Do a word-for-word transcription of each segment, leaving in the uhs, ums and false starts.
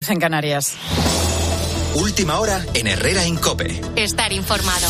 diez en Canarias. Última hora en Herrera en COPE. Estar informado.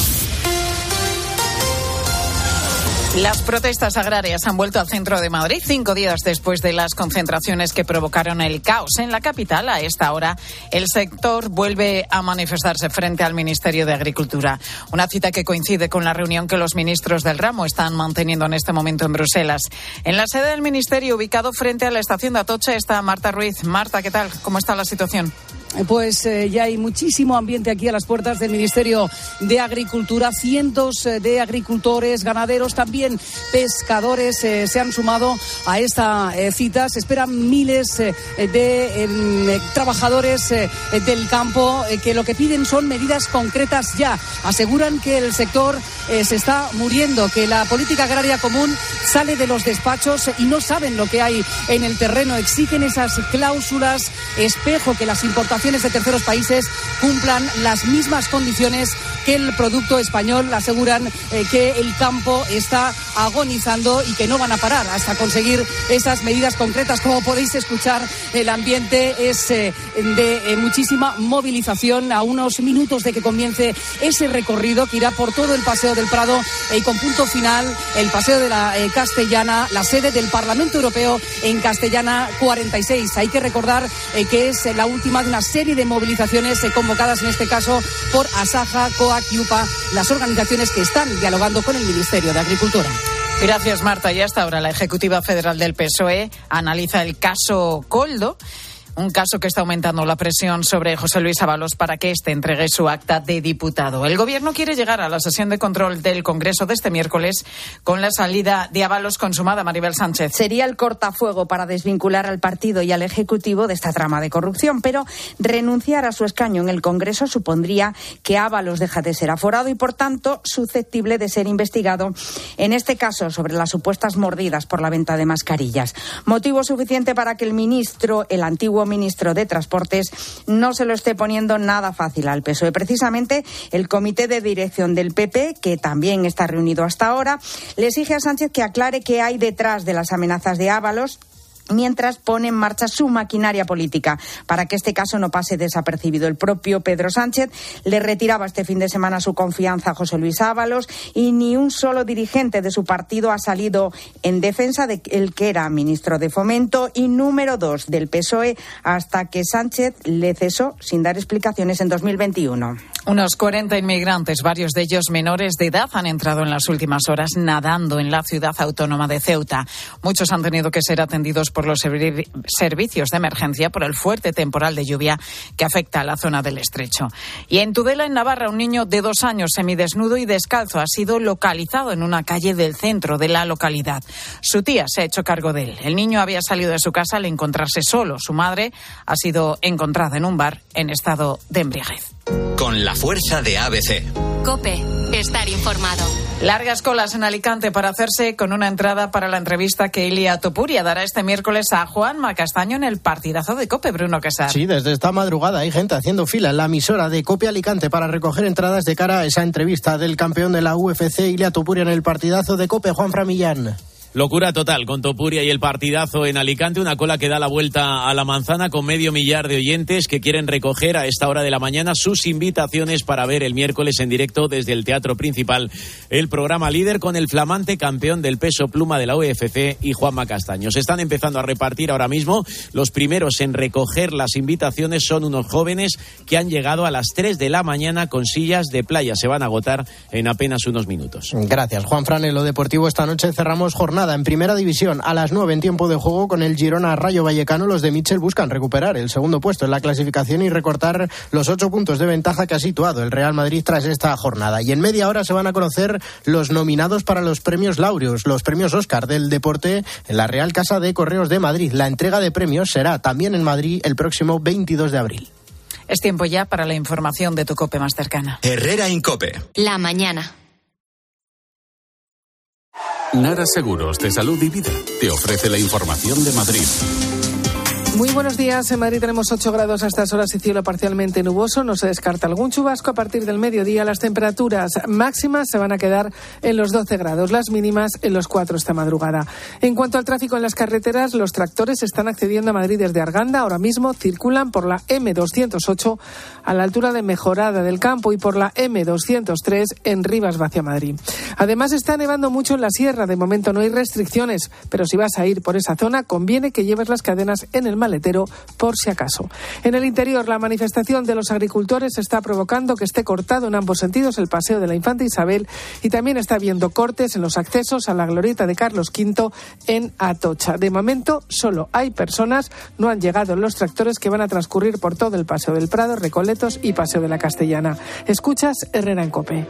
Las protestas agrarias han vuelto al centro de Madrid cinco días después de las concentraciones que provocaron el caos en la capital. A esta hora, el sector vuelve a manifestarse frente al Ministerio de Agricultura. Una cita que coincide con la reunión que los ministros del ramo están manteniendo en este momento en Bruselas. En la sede del Ministerio, ubicado frente a la estación de Atocha, está Marta Ruiz. Marta, ¿qué tal? ¿Cómo está la situación? Pues eh, ya hay muchísimo ambiente aquí a las puertas del Ministerio de Agricultura. Cientos eh, de agricultores, ganaderos, también pescadores eh, se han sumado a esta eh, cita. Se esperan miles eh, de eh, trabajadores eh, del campo eh, que lo que piden son medidas concretas ya. Aseguran que el sector eh, se está muriendo, que la política agraria común sale de los despachos y no saben lo que hay en el terreno. Exigen esas cláusulas espejo, que las importaciones de terceros países cumplan las mismas condiciones que el producto español. Aseguran eh, que el campo está agonizando y que no van a parar hasta conseguir esas medidas concretas. Como podéis escuchar, el ambiente es eh, de eh, muchísima movilización a unos minutos de que comience ese recorrido que irá por todo el Paseo del Prado y eh, con punto final el Paseo de la eh, Castellana, la sede del Parlamento Europeo en Castellana cuarenta y seis. Hay que recordar eh, que es eh, la última de una serie de movilizaciones eh, convocadas en este caso por Asaja, COAC y UPA, las organizaciones que están dialogando con el Ministerio de Agricultura. Gracias, Marta. Y hasta ahora la Ejecutiva Federal del P S O E analiza el caso Koldo, un caso que está aumentando la presión sobre José Luis Ábalos para que éste entregue su acta de diputado. El Gobierno quiere llegar a la sesión de control del Congreso de este miércoles con la salida de Ábalos consumada. Maribel Sánchez. Sería el cortafuego para desvincular al partido y al Ejecutivo de esta trama de corrupción, pero renunciar a su escaño en el Congreso supondría que Ábalos deja de ser aforado y, por tanto, susceptible de ser investigado, en este caso sobre las supuestas mordidas por la venta de mascarillas. Motivo suficiente para que el ministro, el antiguo ministro de Transportes, no se lo esté poniendo nada fácil al P S O E. Precisamente el comité de dirección del P P, que también está reunido hasta ahora, le exige a Sánchez que aclare qué hay detrás de las amenazas de Ábalos, mientras pone en marcha su maquinaria política para que este caso no pase desapercibido. El propio Pedro Sánchez le retiraba este fin de semana su confianza a José Luis Ábalos y ni un solo dirigente de su partido ha salido en defensa de el que era ministro de Fomento y número dos del P S O E hasta que Sánchez le cesó sin dar explicaciones en dos mil veintiuno. Unos cuarenta inmigrantes, varios de ellos menores de edad, han entrado en las últimas horas nadando en la ciudad autónoma de Ceuta. Muchos han tenido que ser atendidos por los servi- servicios de emergencia por el fuerte temporal de lluvia que afecta a la zona del Estrecho. Y en Tudela, en Navarra, un niño de dos años semidesnudo y descalzo ha sido localizado en una calle del centro de la localidad. Su tía se ha hecho cargo de él. El niño había salido de su casa al encontrarse solo. Su madre ha sido encontrada en un bar en estado de embriaguez. Con la fuerza de A B C. COPE. Estar informado. Largas colas en Alicante para hacerse con una entrada para la entrevista que Ilia Topuria dará este miércoles a Juanma Castaño en el partidazo de COPE. Bruno Casar. Sí, desde esta madrugada hay gente haciendo fila en la emisora de COPE Alicante para recoger entradas de cara a esa entrevista del campeón de la U F C, Ilia Topuria, en el partidazo de COPE. Juanfran Millán. Locura total con Topuria y el partidazo en Alicante, una cola que da la vuelta a la manzana con medio millar de oyentes que quieren recoger a esta hora de la mañana sus invitaciones para ver el miércoles en directo desde el Teatro Principal el programa líder con el flamante campeón del peso pluma de la U F C y Juanma Castaño. Se están empezando a repartir ahora mismo. Los primeros en recoger las invitaciones son unos jóvenes que han llegado a las tres de la mañana con sillas de playa. Se van a agotar en apenas unos minutos. Gracias, Juanfran. En lo deportivo esta noche cerramos jornada en Primera División. A las nueve en tiempo de juego con el Girona Rayo Vallecano, los de Mitchell buscan recuperar el segundo puesto en la clasificación y recortar los ocho puntos de ventaja que ha situado el Real Madrid tras esta jornada. Y en media hora se van a conocer los nominados para los premios Laureus, los premios Óscar del deporte en la Real Casa de Correos de Madrid. La entrega de premios será también en Madrid el próximo veintidós de abril. Es tiempo ya para la información de tu COPE más cercana. Herrera en COPE. La mañana. Nara Seguros de Salud y Vida te ofrece la información de Madrid. Muy buenos días. En Madrid tenemos ocho grados a estas horas y cielo parcialmente nuboso. No se descarta algún chubasco. A partir del mediodía las temperaturas máximas se van a quedar en los doce grados, las mínimas en los cuatro esta madrugada. En cuanto al tráfico en las carreteras, los tractores están accediendo a Madrid desde Arganda. Ahora mismo circulan por la eme doscientos ocho a la altura de Mejorada del Campo y por la eme doscientos tres en Rivas hacia Madrid. Además está nevando mucho en la sierra. De momento no hay restricciones, pero si vas a ir por esa zona conviene que lleves las cadenas en el maletero por si acaso. En el interior, la manifestación de los agricultores está provocando que esté cortado en ambos sentidos el paseo de la Infanta Isabel y también está habiendo cortes en los accesos a la glorieta de Carlos quinto en Atocha. De momento solo hay personas, no han llegado los tractores que van a transcurrir por todo el Paseo del Prado, Recoletos y Paseo de la Castellana. Escuchas Herrera en COPE.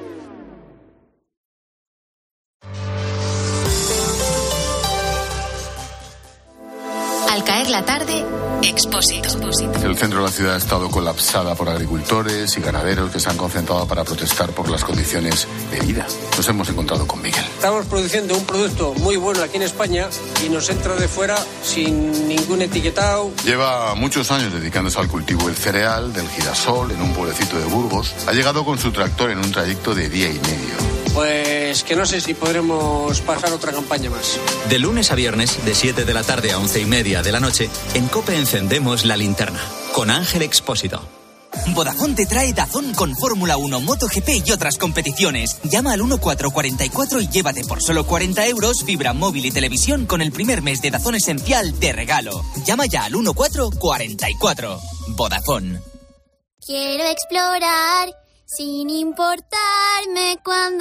Al caer la tarde, Expósito. El centro de la ciudad ha estado colapsada por agricultores y ganaderos que se han concentrado para protestar por las condiciones de vida. Nos hemos encontrado con Miguel. Estamos produciendo un producto muy bueno aquí en España y nos entra de fuera sin ningún etiquetado. Lleva muchos años dedicándose al cultivo del cereal, del girasol, en un pueblecito de Burgos. Ha llegado con su tractor en un trayecto de día y medio. Pues que no sé si podremos pasar otra campaña más. De lunes a viernes, de siete de la tarde a once y media de la noche, en COPE encendemos la linterna, con Ángel Expósito. Vodafone te trae Dazón con Fórmula uno, MotoGP y otras competiciones. Llama al cuatro cuatro cuatro y llévate por solo cuarenta euros fibra móvil y televisión con el primer mes de Dazón Esencial de regalo. Llama ya al cuatro cuatro cuatro. Vodafone. Quiero explorar sin importarme cuándo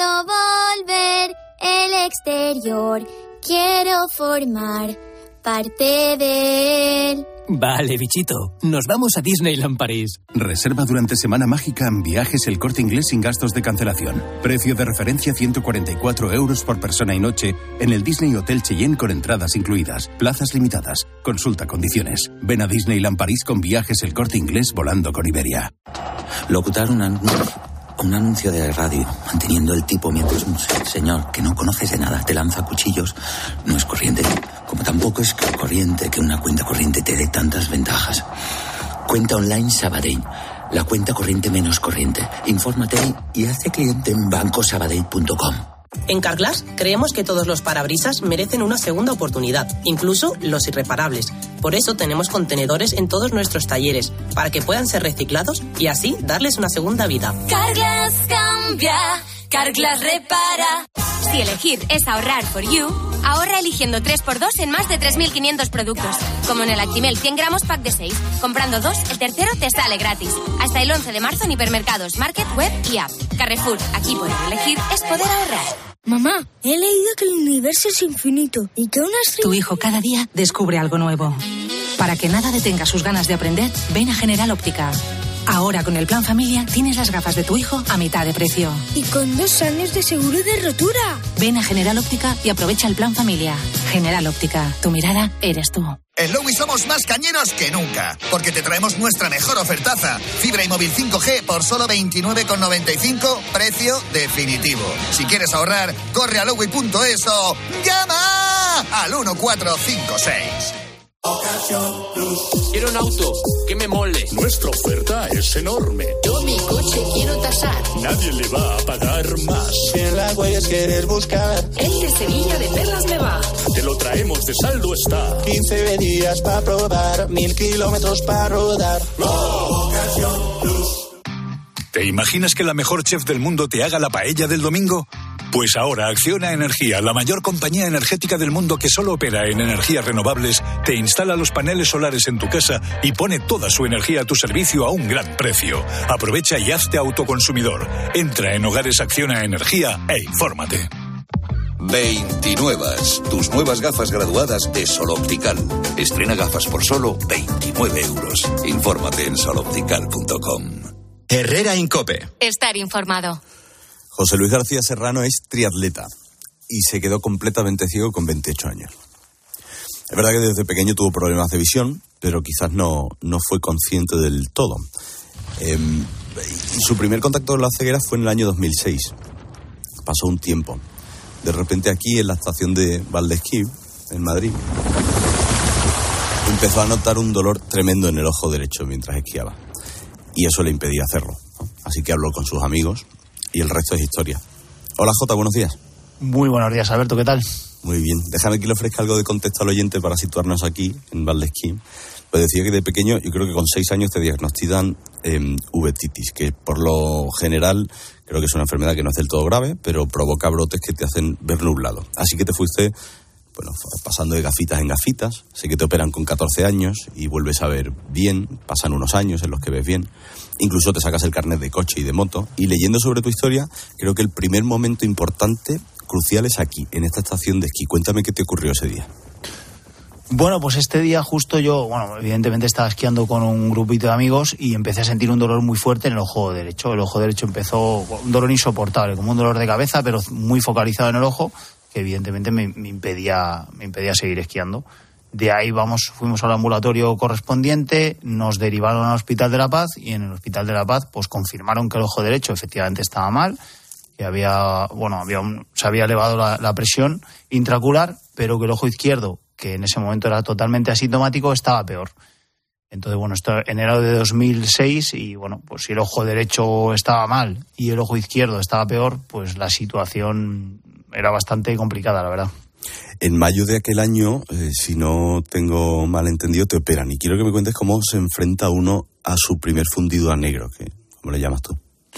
volver el exterior. Quiero formar parte de él. Vale, bichito, nos vamos a Disneyland París. Reserva durante Semana Mágica en Viajes El Corte Inglés sin gastos de cancelación. Precio de referencia ciento cuarenta y cuatro euros por persona y noche en el Disney Hotel Cheyenne con entradas incluidas. Plazas limitadas. Consulta condiciones. Ven a Disneyland París con Viajes El Corte Inglés volando con Iberia. Locutar un, an- un anuncio de radio manteniendo el tipo mientras un señor que no conoces de nada te lanza cuchillos no es corriente. Como tampoco es corriente que una cuenta corriente te dé tantas ventajas. Cuenta online Sabadell, la cuenta corriente menos corriente. Infórmate y hazte cliente en banco sabadell punto com. En Carglass creemos que todos los parabrisas merecen una segunda oportunidad, incluso los irreparables. Por eso tenemos contenedores en todos nuestros talleres, para que puedan ser reciclados y así darles una segunda vida. Carglass cambia, Carglass repara. Si elegir es ahorrar for you, ahorra eligiendo tres por dos en más de tres mil quinientos productos. Como en el Actimel cien gramos pack de seis. Comprando dos, el tercero te sale gratis. Hasta el once de marzo en hipermercados, market, web y app. Carrefour, aquí poder elegir es poder ahorrar. Mamá, he leído que el universo es infinito y que una estrella... Tu hijo cada día descubre algo nuevo. Para que nada detenga sus ganas de aprender, ven a General Óptica. Ahora con el plan familia tienes las gafas de tu hijo a mitad de precio. Y con dos años de seguro de rotura. Ven a General Óptica y aprovecha el plan familia. General Óptica, tu mirada eres tú. En Lowy somos más cañeros que nunca, porque te traemos nuestra mejor ofertaza. Fibra y móvil cinco G por solo veintinueve con noventa y cinco, precio definitivo. Si quieres ahorrar, corre a lowy punto es o llama al uno cuatro cinco seis. Ocasión Plus. Quiero un auto que me mole. Nuestra oferta es enorme. Yo mi coche quiero tasar. Nadie le va a pagar más. Si en la huellas quieres buscar, el de Sevilla de Perlas me va. Te lo traemos de saldo está. quince días para probar, mil kilómetros para rodar. Ocasión Plus. ¿Te imaginas que la mejor chef del mundo te haga la paella del domingo? Pues ahora Acciona Energía, la mayor compañía energética del mundo que solo opera en energías renovables, te instala los paneles solares en tu casa y pone toda su energía a tu servicio a un gran precio. Aprovecha y hazte autoconsumidor. Entra en Hogares Acciona Energía e infórmate. veintinuevas, tus nuevas gafas graduadas de Sol Optical. Estrena gafas por solo veintinueve euros. Infórmate en sol optical punto com. Herrera en COPE. Estar informado. José Luis García Serrano es triatleta y se quedó completamente ciego con veintiocho años. Es verdad que desde pequeño tuvo problemas de visión, pero quizás no, no fue consciente del todo. Eh, y su primer contacto con la ceguera fue en el año dos mil seis. Pasó un tiempo. De repente aquí, en la estación de Valdesquí, en Madrid, empezó a notar un dolor tremendo en el ojo derecho mientras esquiaba. Y eso le impedía hacerlo, ¿no? Así que habló con sus amigos y el resto es historia. Hola Jota, buenos días. Muy buenos días, Alberto, ¿qué tal? Muy bien. Déjame que le ofrezca algo de contexto al oyente para situarnos aquí, en Valdesquí. Pues decía que de pequeño, yo creo que con seis años te diagnostican eh, uveitis, que por lo general creo que es una enfermedad que no es del todo grave, pero provoca brotes que te hacen ver nublado. Así que te fuiste, bueno, pasando de gafitas en gafitas. Sé que te operan con catorce años y vuelves a ver bien. Pasan unos años en los que ves bien. Incluso te sacas el carnet de coche y de moto. Y leyendo sobre tu historia, creo que el primer momento importante, crucial, es aquí, en esta estación de esquí. Cuéntame qué te ocurrió ese día. Bueno, pues este día justo yo, bueno, evidentemente estaba esquiando con un grupito de amigos y empecé a sentir un dolor muy fuerte en el ojo derecho. El ojo derecho empezó, un dolor insoportable, como un dolor de cabeza, pero muy focalizado en el ojo, que evidentemente me, me impedía, me impedía seguir esquiando. De ahí vamos, fuimos al ambulatorio correspondiente, nos derivaron al Hospital de la Paz y en el Hospital de la Paz pues confirmaron que el ojo derecho efectivamente estaba mal, que había, bueno, había un, se había elevado la, la presión intraocular, pero que el ojo izquierdo, que en ese momento era totalmente asintomático, estaba peor. Entonces, bueno, esto en enero de dos mil seis y, bueno, pues si el ojo derecho estaba mal y el ojo izquierdo estaba peor, pues la situación era bastante complicada, la verdad. En mayo de aquel año, eh, si no tengo mal entendido, te operan. Y quiero que me cuentes cómo se enfrenta uno a su primer fundido a negro, que ¿cómo le llamas tú?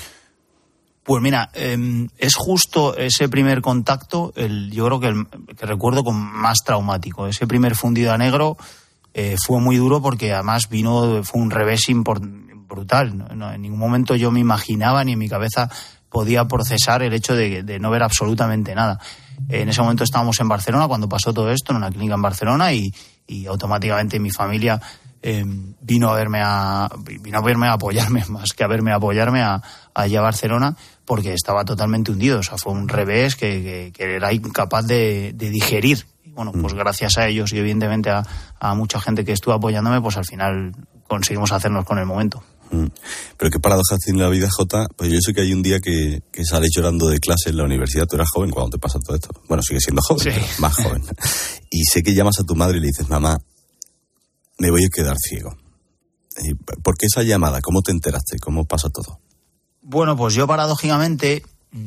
Pues mira, eh, es justo ese primer contacto, el, yo creo que, el, que recuerdo con más traumático. Ese primer fundido a negro eh, fue muy duro porque además vino, fue un revés import, brutal. ¿no? No, en ningún momento yo me imaginaba ni en mi cabeza podía procesar el hecho de, de no ver absolutamente nada. En ese momento estábamos en Barcelona cuando pasó todo esto, en una clínica en Barcelona, y, y automáticamente mi familia eh, vino a verme a vino a verme a apoyarme, más que a verme a apoyarme a, allá a Barcelona, porque estaba totalmente hundido. O sea, fue un revés que, que, que era incapaz de, de digerir. Y bueno, pues gracias a ellos y evidentemente a, a mucha gente que estuvo apoyándome, pues al final conseguimos hacernos con el momento. Pero qué paradojas tiene la vida, Jota. Pues yo sé que hay un día que, que sales llorando de clase en la universidad. Tú eras joven cuando te pasa todo esto. Bueno, sigues siendo joven, sí, pero más joven. Y sé que llamas a tu madre y le dices, mamá, me voy a quedar ciego. ¿Por qué esa llamada? ¿Cómo te enteraste? ¿Cómo pasa todo? Bueno, pues yo paradójicamente,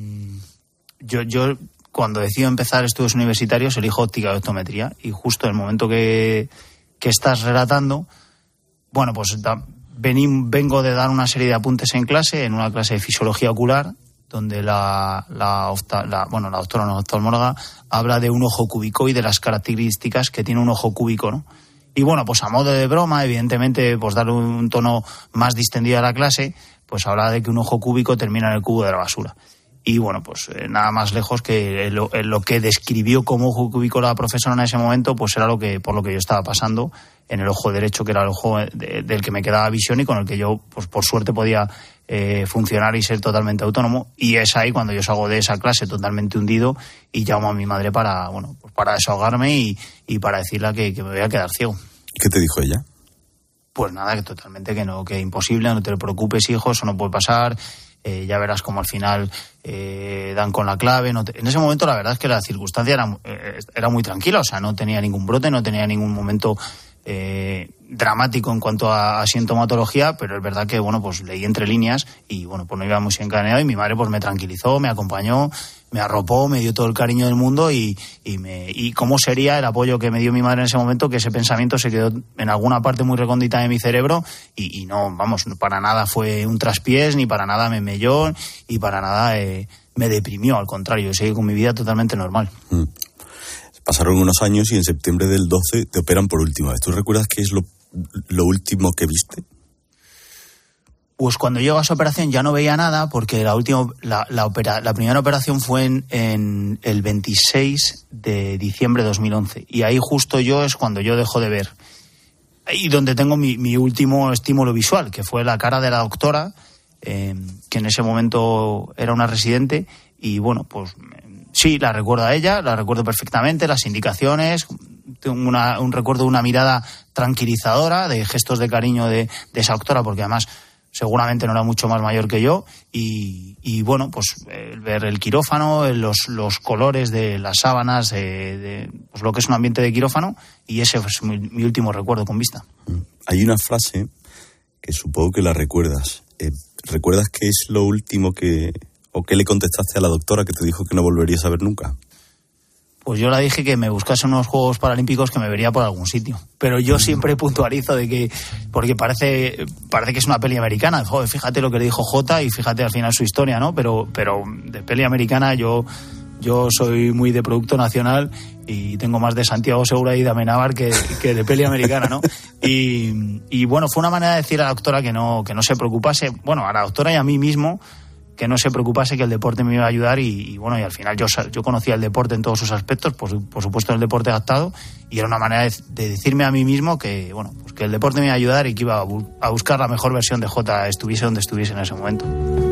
yo, yo cuando decido empezar estudios universitarios elijo óptica y optometría, y justo en el momento que, que estás relatando, bueno, pues da, vení, vengo de dar una serie de apuntes en clase, en una clase de fisiología ocular, donde la, la, ofta, la, bueno, la doctora no, oftalmóloga habla de un ojo cúbico y de las características que tiene un ojo cúbico, ¿no? Y bueno, pues a modo de broma, evidentemente, pues darle un tono más distendido a la clase, pues habla de que un ojo cúbico termina en el cubo de la basura. Y bueno, pues eh, nada más lejos que lo, lo que describió como ojo cúbico la profesora en ese momento, pues era lo que por lo que yo estaba pasando en el ojo derecho, que era el ojo de, del que me quedaba visión y con el que yo, pues por suerte, podía eh, funcionar y ser totalmente autónomo. Y es ahí cuando yo salgo de esa clase totalmente hundido y llamo a mi madre para, bueno, pues para desahogarme y, y para decirle que, que me voy a quedar ciego. ¿Qué te dijo ella? Pues nada, que totalmente que no, que imposible, no te preocupes, hijo, eso no puede pasar. Eh, ya verás como al final eh, dan con la clave. No te... En ese momento la verdad es que la circunstancia era, eh, era muy tranquila, o sea, no tenía ningún brote, no tenía ningún momento eh, dramático en cuanto a, a sintomatología, pero es verdad que, bueno, pues leí entre líneas y, bueno, pues no iba muy encadenado y mi madre pues me tranquilizó, me acompañó, me arropó, me dio todo el cariño del mundo y, y, me, y cómo sería el apoyo que me dio mi madre en ese momento, que ese pensamiento se quedó en alguna parte muy recóndita de mi cerebro y, y no, vamos, para nada fue un traspiés, ni para nada me melló y para nada eh, me deprimió, al contrario, yo seguí con mi vida totalmente normal. Mm. Pasaron unos años y en septiembre del doce te operan por última vez. ¿Tú recuerdas qué es lo, lo último que viste? Pues cuando llego a esa operación ya no veía nada, porque la última, la, la, opera, la primera operación fue en, en el veintiséis de diciembre de dos mil once. Y ahí justo yo es cuando yo dejo de ver. Y donde tengo mi, mi último estímulo visual, que fue la cara de la doctora, eh, que en ese momento era una residente. Y bueno, pues sí, la recuerdo a ella, la recuerdo perfectamente, las indicaciones, tengo una, un recuerdo de una mirada tranquilizadora, de gestos de cariño de, de esa doctora, porque además seguramente no era mucho más mayor que yo, y, y bueno, pues eh, ver el quirófano, los, los colores de las sábanas, eh, de pues lo que es un ambiente de quirófano, y ese es mi, mi último recuerdo con Vista. Hay una frase que supongo que la recuerdas. Eh, ¿Recuerdas qué es lo último que, o qué le contestaste a la doctora que te dijo que no volverías a ver nunca? Pues yo le dije que me buscase unos Juegos Paralímpicos que me vería por algún sitio. Pero yo siempre puntualizo de que, porque parece parece que es una peli americana. Joder, fíjate lo que le dijo Jota y fíjate al final su historia, ¿no? Pero pero de peli americana yo yo soy muy de producto nacional y tengo más de Santiago Segura y de Amenábar que, que de peli americana, ¿no? Y, y bueno, fue una manera de decir a la doctora que no, que no se preocupase, bueno, a la doctora y a mí mismo, que no se preocupase, que el deporte me iba a ayudar y, y bueno, y al final yo, yo conocía el deporte en todos sus aspectos, por, por supuesto el deporte adaptado, y era una manera de, de decirme a mí mismo que, bueno, pues que el deporte me iba a ayudar y que iba a, bu- a buscar la mejor versión de Jota, estuviese donde estuviese en ese momento.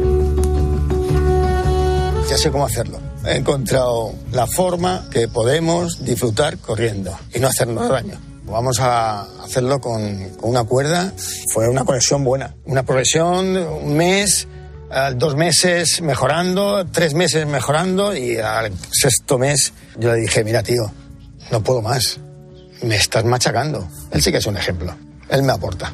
Ya sé cómo hacerlo. He encontrado la forma que podemos disfrutar corriendo y no hacernos daño. Vamos a hacerlo con, con una cuerda. Fue una conexión buena. Una progresión, un mes, eh, dos meses mejorando, tres meses mejorando, y al sexto mes yo le dije, mira tío, no puedo más. Me estás machacando. Él sí que es un ejemplo. Él me aporta.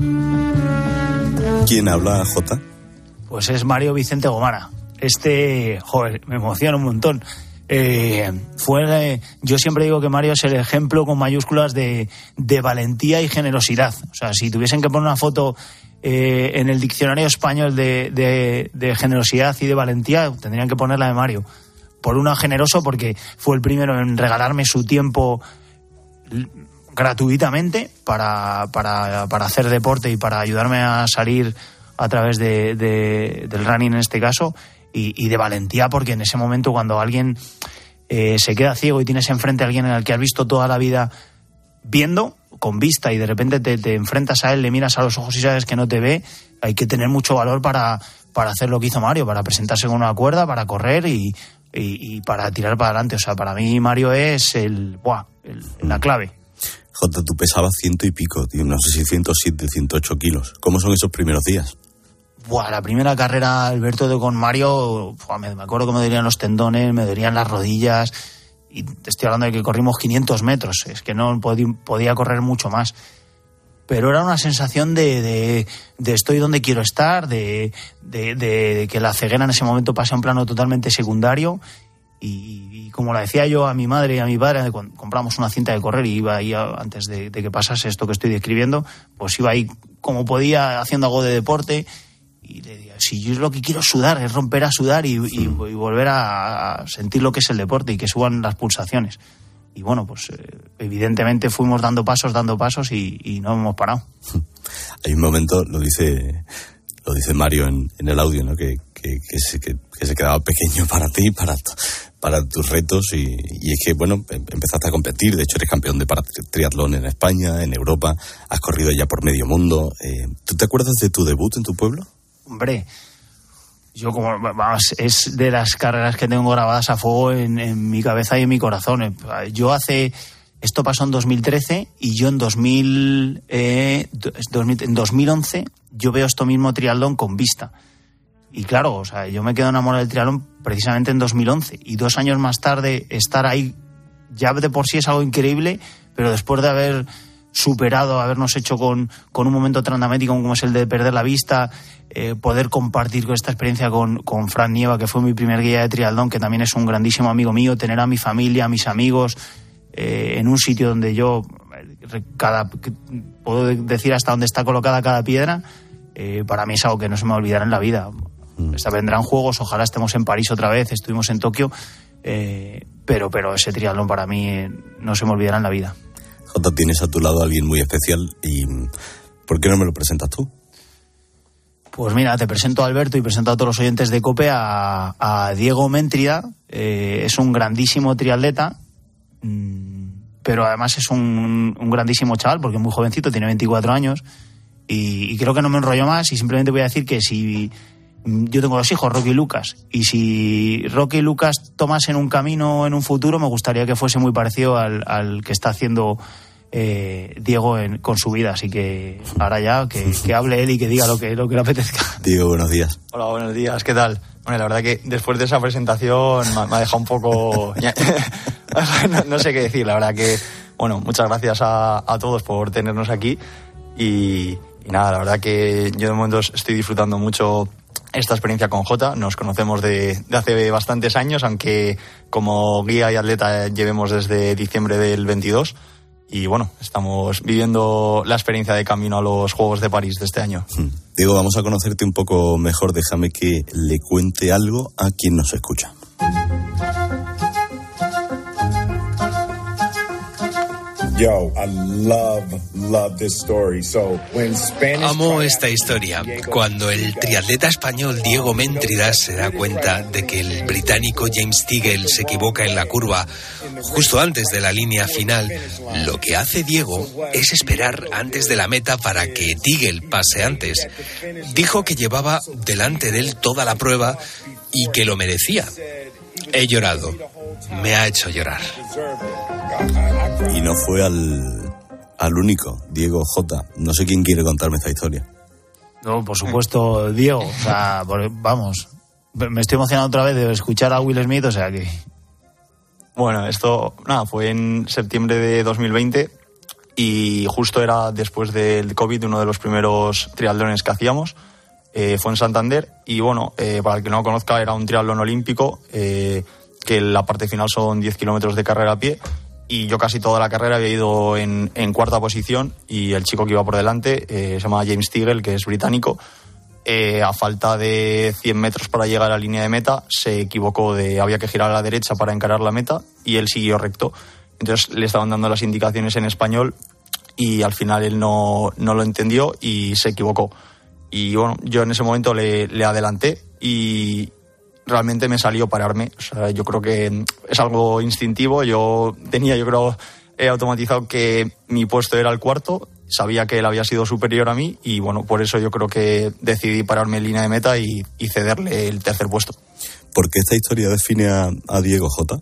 ¿Quién habla, Jota? Pues es Mario Vicente Gomara. Este, joder, me emociona un montón. Eh, fue, eh, yo siempre digo que Mario es el ejemplo con mayúsculas de, de valentía y generosidad. O sea, si tuviesen que poner una foto eh, en el diccionario español de, de, de generosidad y de valentía, tendrían que poner la de Mario. Por una, generoso porque fue el primero en regalarme su tiempo gratuitamente para, para, para hacer deporte y para ayudarme a salir a través de, de, del running en este caso. Y, y de valentía, porque en ese momento cuando alguien eh, se queda ciego y tienes enfrente a alguien en el que has visto toda la vida viendo, con vista, y de repente te, te enfrentas a él, le miras a los ojos y sabes que no te ve, hay que tener mucho valor para, para hacer lo que hizo Mario, para presentarse con una cuerda, para correr y, y, y para tirar para adelante. O sea, para mí Mario es el, buah, el, la clave. Jota, tú pesabas ciento y pico, tío, no sé si ciento siete, ciento ocho kilos. ¿Cómo son esos primeros días? Buah, la primera carrera, Alberto, de con Mario, buah, me, me acuerdo que me dolían los tendones, me dolían las rodillas, y te estoy hablando de que corrimos quinientos metros, es que no podía, podía correr mucho más. Pero era una sensación de, de, de estoy donde quiero estar, de, de, de, de que la ceguera en ese momento pasa a un plano totalmente secundario, y, y como le decía yo a mi madre y a mi padre, cuando compramos una cinta de correr y iba ahí a, antes de, de que pasase esto que estoy describiendo, pues iba ahí como podía haciendo algo de deporte. Y le digo, si yo lo que quiero es sudar, es romper a sudar y, y, y volver a, a sentir lo que es el deporte y que suban las pulsaciones. Y bueno, pues eh, evidentemente fuimos dando pasos, dando pasos y, y no hemos parado. Hay un momento, lo dice lo dice Mario en, en el audio, ¿no? Que, que, que, se, que, que se quedaba pequeño para ti, para, para tus retos. Y, y es que, bueno, empezaste a competir. De hecho, eres campeón de triatlón en España, en Europa. Has corrido ya por medio mundo. Eh, ¿Tú te acuerdas de tu debut en tu pueblo? Hombre, yo como vamos, es de las carreras que tengo grabadas a fuego en, en mi cabeza y en mi corazón. Yo hace, esto pasó en dos mil trece y yo en dos mil, eh, en dos mil once yo veo esto mismo triatlón con Vista. Y claro, o sea, yo me quedo enamorado del triatlón precisamente en dos mil once y dos años más tarde estar ahí ya de por sí es algo increíble, pero después de haber superado, habernos hecho con, con un momento traumático como es el de perder la vista, eh, poder compartir con esta experiencia con, con Fran Nieva, que fue mi primer guía de triatlón, que también es un grandísimo amigo mío, tener a mi familia, a mis amigos, eh, en un sitio donde yo cada, puedo decir hasta dónde está colocada cada piedra, eh, para mí es algo que no se me olvidará en la vida. Mm. Vendrán juegos, ojalá estemos en París otra vez, estuvimos en Tokio, eh, pero, pero ese triatlón para mí eh, no se me olvidará en la vida. Jota, tienes a tu lado a alguien muy especial y ¿por qué no me lo presentas tú? Pues mira, te presento a Alberto y presento a todos los oyentes de COPE a, a Diego Méntrida. Eh, es un grandísimo triatleta, mmm, pero además es un, un grandísimo chaval porque es muy jovencito, tiene veinticuatro años y, y creo que no me enrollo más y simplemente voy a decir que si yo tengo dos hijos, Rocky y Lucas, y si Rocky y Lucas tomasen un camino en un futuro, me gustaría que fuese muy parecido al, al que está haciendo eh, Diego en, con su vida, así que ahora ya que, que hable él y que diga lo que, lo que le apetezca. Diego, buenos días. Hola, buenos días, ¿qué tal? Bueno, la verdad que después de esa presentación me, me ha dejado un poco... no, no sé qué decir, la verdad que, bueno, muchas gracias a, a todos por tenernos aquí y, y nada, la verdad que yo de momento estoy disfrutando mucho esta experiencia con Jota. Nos conocemos de, de hace bastantes años, aunque como guía y atleta llevemos desde diciembre del veintidós. Y bueno, estamos viviendo la experiencia de camino a los Juegos de París de este año. Diego, vamos a conocerte un poco mejor. Déjame que le cuente algo a quien nos escucha. Yo, I love, love this story. So, when Spanish... Amo esta historia. Cuando el triatleta español Diego Méntridas se da cuenta de que el británico James Tigel se equivoca en la curva justo antes de la línea final, lo que hace Diego es esperar antes de la meta para que Tigel pase antes. Dijo que llevaba delante de él toda la prueba y que lo merecía. He llorado. Me ha hecho llorar. Y no fue al, al único, Diego Jota. No sé quién quiere contarme esta historia. No, por supuesto, Diego. O sea, vamos, me estoy emocionando otra vez de escuchar a Will Smith, o sea que... Bueno, esto, nada, fue en septiembre de dos mil veinte y justo era después del COVID, uno de los primeros triatlones que hacíamos. Eh, fue en Santander y bueno, eh, para el que no lo conozca, era un triatlón olímpico, eh, que la parte final son diez kilómetros de carrera a pie. Y yo casi toda la carrera había ido en, en cuarta posición y el chico que iba por delante eh, se llama James Tigel, que es británico. Eh, a falta de cien metros para llegar a la línea de meta, se equivocó, de había que girar a la derecha para encarar la meta y él siguió recto. Entonces le estaban dando las indicaciones en español y al final él no, no lo entendió y se equivocó. Y bueno, yo en ese momento le, le adelanté y realmente me salió pararme. O sea, yo creo que es algo instintivo. Yo tenía, yo creo, he automatizado que mi puesto era el cuarto. Sabía que él había sido superior a mí y bueno, por eso yo creo que decidí pararme en línea de meta y, y cederle el tercer puesto. ¿Por qué esta historia define a, a Diego Jota?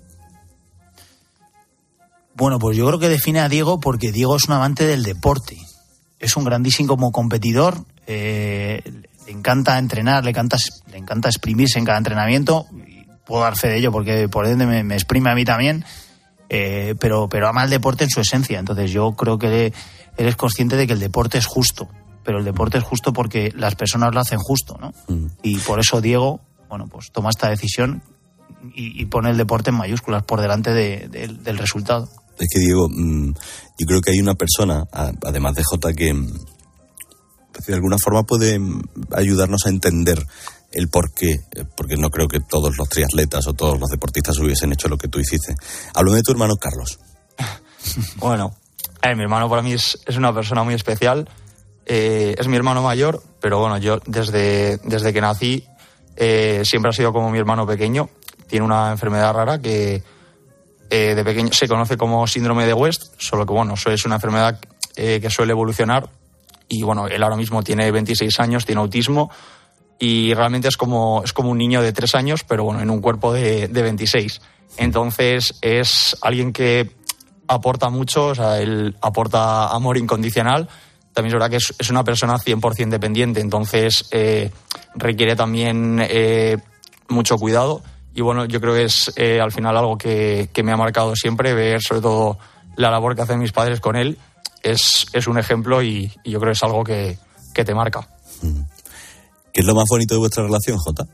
Bueno, pues yo creo que define a Diego porque Diego es un amante del deporte. Es un grandísimo competidor. Eh, le encanta entrenar, le encanta, le encanta exprimirse en cada entrenamiento. Y puedo dar fe de ello porque por ende me, me exprime a mí también. Eh, pero, pero ama el deporte en su esencia. Entonces yo creo que él es consciente de que el deporte es justo, pero el deporte es justo porque las personas lo hacen justo, ¿no? Mm. Y por eso Diego, bueno, pues toma esta decisión y, y pone el deporte en mayúsculas por delante de, de, del resultado. Es que Diego, mmm, yo creo que hay una persona, además de Jota, que de alguna forma puede ayudarnos a entender el por qué, porque no creo que todos los triatletas o todos los deportistas hubiesen hecho lo que tú hiciste. Hablo de tu hermano Carlos. Bueno, eh, mi hermano para mí es, es una persona muy especial. Eh, es mi hermano mayor, pero bueno, yo desde, desde que nací eh, siempre ha sido como mi hermano pequeño. Tiene una enfermedad rara que eh, de pequeño se conoce como síndrome de West, solo que bueno, eso es una enfermedad eh, que suele evolucionar. Y bueno, él ahora mismo tiene veintiséis años, tiene autismo y realmente es como, es como un niño de tres años, pero bueno, en un cuerpo de, de veintiséis. Entonces es alguien que aporta mucho, o sea, él aporta amor incondicional. También es verdad que es, es una persona cien por ciento dependiente, entonces eh, requiere también eh, mucho cuidado. Y bueno, yo creo que es eh, al final algo que, que me ha marcado siempre, ver sobre todo la labor que hacen mis padres con él. Es, es un ejemplo y, y yo creo que es algo que, que te marca. ¿Qué es lo más bonito de vuestra relación, Jota?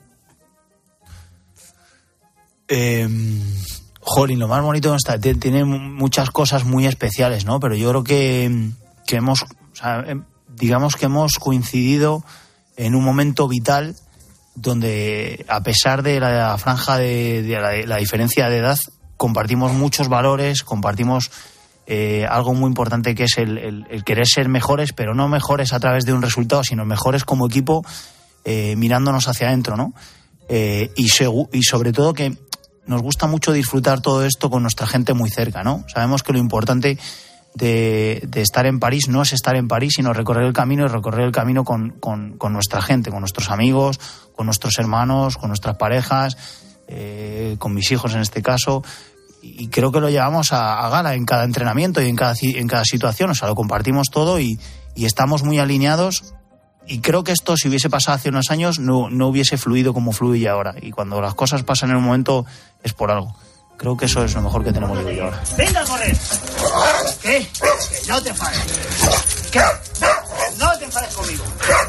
Eh, jolín, lo más bonito está, tiene muchas cosas muy especiales, ¿no? Pero yo creo que, que hemos, o sea, digamos que hemos coincidido en un momento vital donde, a pesar de la franja de, de la, la diferencia de edad, compartimos muchos valores, compartimos eh, algo muy importante que es el, el, el querer ser mejores, pero no mejores a través de un resultado, sino mejores como equipo, eh, mirándonos hacia adentro, ¿no? Eh, y, segu- y sobre todo que nos gusta mucho disfrutar todo esto con nuestra gente muy cerca, ¿no? Sabemos que lo importante de, de estar en París no es estar en París, sino recorrer el camino y recorrer el camino con, con, con nuestra gente, con nuestros amigos, con nuestros hermanos, con nuestras parejas, eh, con mis hijos en este caso. y creo que lo llevamos a, a gala en cada entrenamiento y en cada, en cada situación, o sea, lo compartimos todo y, y estamos muy alineados. Y creo que esto, si hubiese pasado hace unos años, no, no hubiese fluido como fluye ahora. Y cuando las cosas pasan en un momento, es por algo. Creo que eso es lo mejor que tenemos de hoy ahora. ¡Venga a correr! ¿Qué? Que no te enfades. ¿Qué? No te enfades conmigo.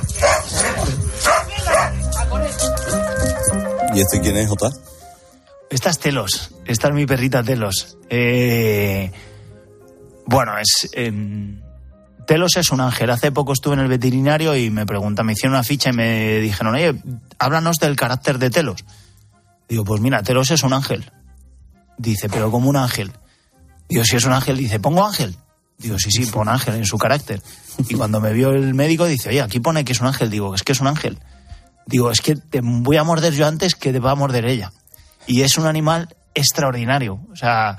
¡Venga, a correr! ¿Y este quién es, Jota? Esta es Telos. Esta es mi perrita Telos. Eh... Bueno, es... Eh... Telos es un ángel. Hace poco estuve en el veterinario y me preguntan, me hicieron una ficha y me dijeron, oye, háblanos del carácter de Telos. Digo, pues mira, Telos es un ángel. Dice, pero como un ángel. Digo, si es un ángel, dice, ¿pongo ángel? Digo, sí, sí, pon ángel en su carácter. Y cuando me vio el médico dice, oye, aquí pone que es un ángel. Digo, es que es un ángel. Digo, es que te voy a morder yo antes que te va a morder ella. Y es un animal extraordinario. O sea...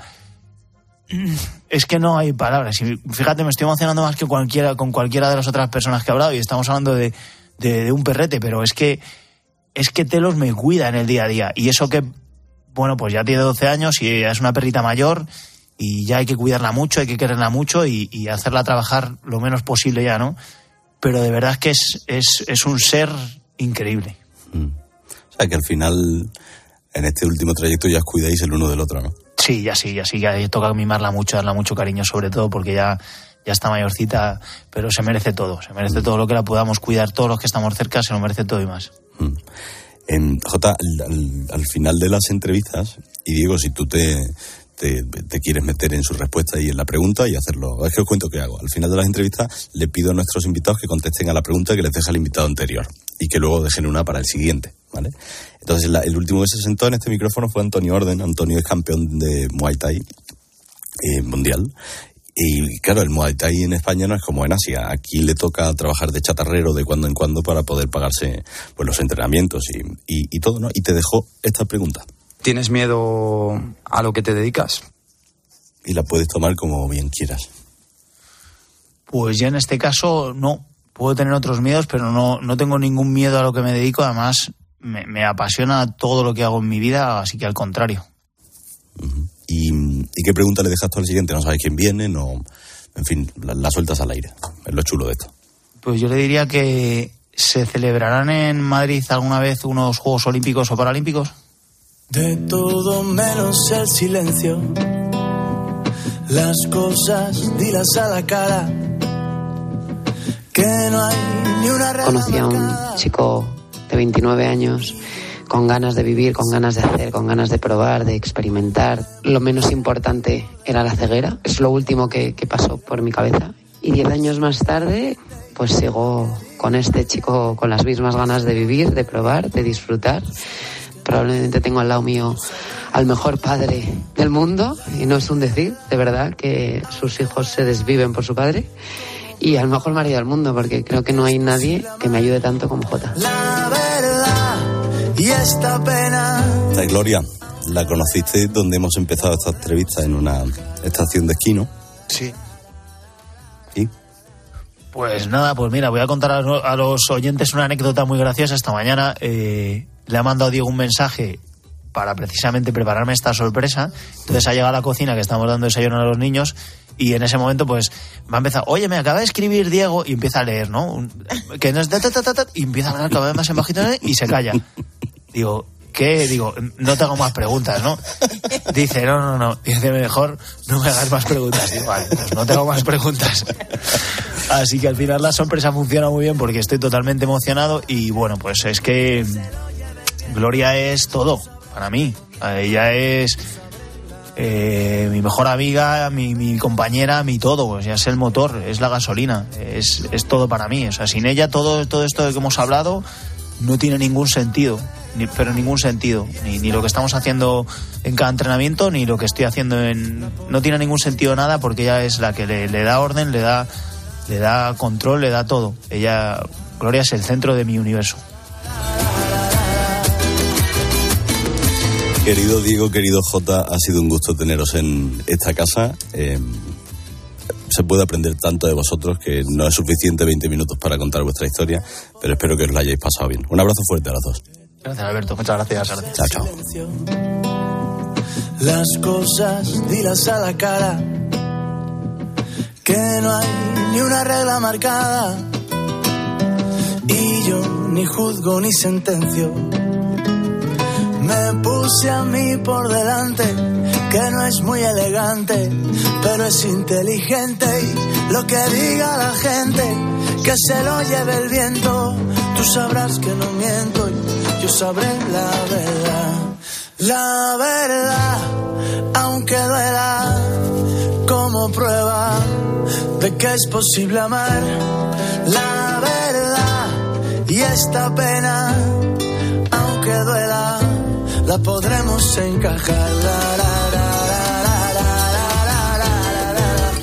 Es que no hay palabras. Y fíjate, me estoy emocionando más que cualquiera con cualquiera de las otras personas que he hablado y estamos hablando de, de, de un perrete, pero es que es que Telos me cuida en el día a día. Y eso que, bueno, pues ya tiene doce años y ya es una perrita mayor y ya hay que cuidarla mucho, hay que quererla mucho y, y hacerla trabajar lo menos posible ya, ¿no? Pero de verdad es que es, es, es un ser increíble. Mm. O sea, que al final, en este último trayecto ya os cuidáis el uno del otro, ¿no? Sí, ya sí, ya sí, ya toca mimarla mucho, darle mucho cariño, sobre todo porque ya, ya está mayorcita, pero se merece todo, se merece mm. todo lo que la podamos cuidar, todos los que estamos cerca, se lo merece todo y más. Mm. En, Jota, al, al, al final de las entrevistas, y Diego, si tú te, te, te quieres meter en su respuesta y en la pregunta y hacerlo, es que os cuento qué hago. Al final de las entrevistas le pido a nuestros invitados que contesten a la pregunta que les deja el invitado anterior y que luego dejen una para el siguiente, ¿vale? Entonces, la, el último que se sentó en este micrófono fue Antonio Orden. Antonio es campeón de Muay Thai eh, mundial. Y claro, el Muay Thai en España no es como en Asia. Aquí le toca trabajar de chatarrero de cuando en cuando para poder pagarse pues, los entrenamientos y, y, y todo, ¿no? Y te dejó esta pregunta. ¿Tienes miedo a lo que te dedicas? Y la puedes tomar como bien quieras. Pues ya en este caso no. Puedo tener otros miedos, pero no, no tengo ningún miedo a lo que me dedico. Además, me, me apasiona todo lo que hago en mi vida, así que al contrario. Uh-huh. ¿Y, ¿Y qué pregunta le dejas tú al siguiente? ¿No sabes quién viene? No, en fin, la, la sueltas al aire. Es lo chulo de esto. Pues yo le diría que ¿se celebrarán en Madrid alguna vez unos Juegos Olímpicos o Paralímpicos? De todo menos el silencio. Las cosas, dilas a la cara. Que no hay ni una Conocí a un chico de veintinueve años con ganas de vivir, con ganas de hacer, con ganas de probar, de experimentar. Lo menos importante era la ceguera. Es lo último que, que pasó por mi cabeza. Y diez años más tarde, pues sigo con este chico con las mismas ganas de vivir, de probar, de disfrutar. Probablemente tengo al lado mío al mejor padre del mundo, y no es un decir, de verdad, que sus hijos se desviven por su padre. Y al mejor marido del mundo, porque creo que no hay nadie que me ayude tanto como Jota. La verdad y esta pena. Esta Gloria, la conociste donde hemos empezado esta entrevista, en una estación de esquí, ¿no? Sí. ¿Y? Pues nada, pues mira, voy a contar a los oyentes una anécdota muy graciosa. Esta mañana eh, le ha mandado Diego un mensaje para precisamente prepararme esta sorpresa. Entonces ha llegado a la cocina, que estamos dando desayuno a los niños, y en ese momento pues me ha empezado, oye, me acaba de escribir Diego, y empieza a leer, ¿no? Un, que no es ta, ta, ta, ta, y empieza a hablar cada vez más en bajito y se calla. Digo, ¿qué? Digo, no te hago más preguntas, ¿no? Dice, no, no, no. Dice, mejor no me hagas más preguntas. Digo, vale, pues no te hago más preguntas. Así que al final la sorpresa funciona muy bien porque estoy totalmente emocionado y bueno, pues es que Gloria es todo para mí. Ella es eh, mi mejor amiga, mi, mi compañera, mi todo. Pues ya es el motor, es la gasolina, es, es todo para mí. O sea, sin ella todo, todo esto de que hemos hablado no tiene ningún sentido. Ni, pero ningún sentido, ni, ni lo que estamos haciendo en cada entrenamiento, ni lo que estoy haciendo en... No tiene ningún sentido nada porque ella es la que le, le da orden, le da, le da control, le da todo. Ella, Gloria, es el centro de mi universo. Querido Diego, querido Jota, ha sido un gusto teneros en esta casa. Eh, se puede aprender tanto de vosotros que no es suficiente veinte minutos para contar vuestra historia, pero espero que os la hayáis pasado bien. Un abrazo fuerte a los dos. Gracias, Alberto. Muchas gracias. Chao, chao. Las cosas, dilas a la cara, que no hay ni una regla marcada. Y yo ni juzgo ni sentencio. Me puse a mí por delante, que no es muy elegante, pero es inteligente. Y lo que diga la gente, que se lo lleve el viento. Tú sabrás que no miento y yo sabré la verdad. La verdad, aunque duela, como prueba de que es posible amar. La verdad y esta pena, aunque duela, la podremos encajar. La, la, la, la, la, la, la, la,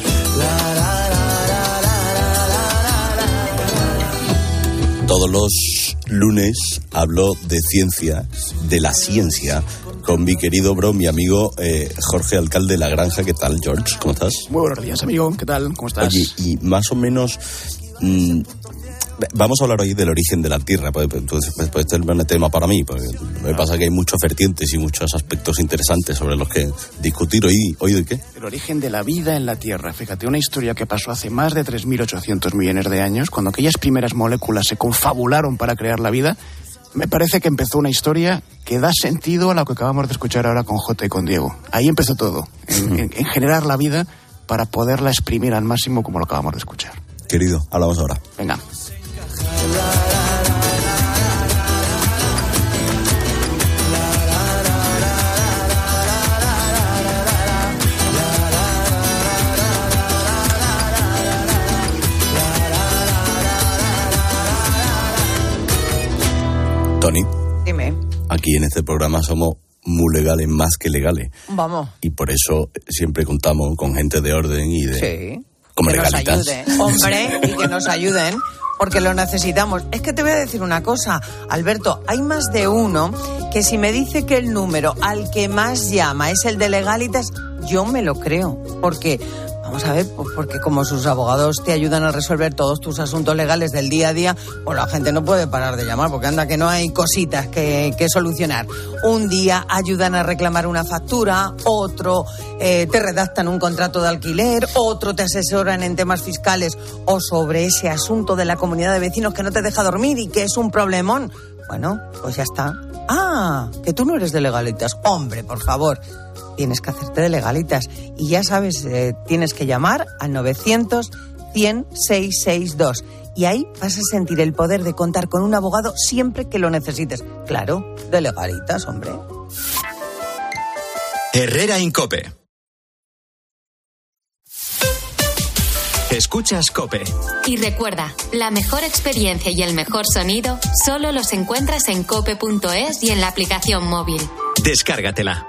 la, la, la. Todos los lunes hablo de ciencia, de la ciencia, con mi querido bro, mi amigo eh, Jorge Alcalde de La Granja. ¿Qué tal, George? ¿Cómo estás? Muy buenos días, amigo. ¿Qué tal? ¿Cómo estás? Oye, y más o menos... Mmm, vamos a hablar hoy del origen de la Tierra, pues, entonces pues, pues, este es un tema para mí, porque me pasa que hay muchos vertientes y muchos aspectos interesantes sobre los que discutir. ¿Hoy, hoy de qué? El origen de la vida en la Tierra. Fíjate, una historia que pasó hace más de tres mil ochocientos millones de años, cuando aquellas primeras moléculas se confabularon para crear la vida. Me parece que empezó una historia que da sentido a lo que acabamos de escuchar ahora con Jota y con Diego. Ahí empezó todo, en, en, en generar la vida para poderla exprimir al máximo, como lo acabamos de escuchar. Querido, hablamos ahora. Venga. Tony. Dime. Aquí en este programa somos muy legales, más que legales. Vamos. Y por eso siempre contamos con gente de orden y de... Sí. Como que legalitas. Nos ayuden, hombre, y que nos ayuden, porque lo necesitamos. Es que te voy a decir una cosa, Alberto, hay más de uno que si me dice que el número al que más llama es el de Legalitas, yo me lo creo, porque... Vamos a ver, pues porque como sus abogados te ayudan a resolver todos tus asuntos legales del día a día, pues la gente no puede parar de llamar, porque anda que no hay cositas que, que solucionar. Un día ayudan a reclamar una factura, otro eh, te redactan un contrato de alquiler, otro te asesoran en temas fiscales o sobre ese asunto de la comunidad de vecinos que no te deja dormir y que es un problemón. Bueno, pues ya está. Ah, que tú no eres de Legalitas. Hombre, por favor. Tienes que hacerte de Legalitas. Y ya sabes, eh, tienes que llamar al novecientos cien seiscientos sesenta y dos. Y ahí vas a sentir el poder de contar con un abogado siempre que lo necesites. Claro, de Legalitas, hombre. Herrera Incope. Escuchas COPE. Y recuerda, la mejor experiencia y el mejor sonido solo los encuentras en cope punto es y en la aplicación móvil. Descárgatela.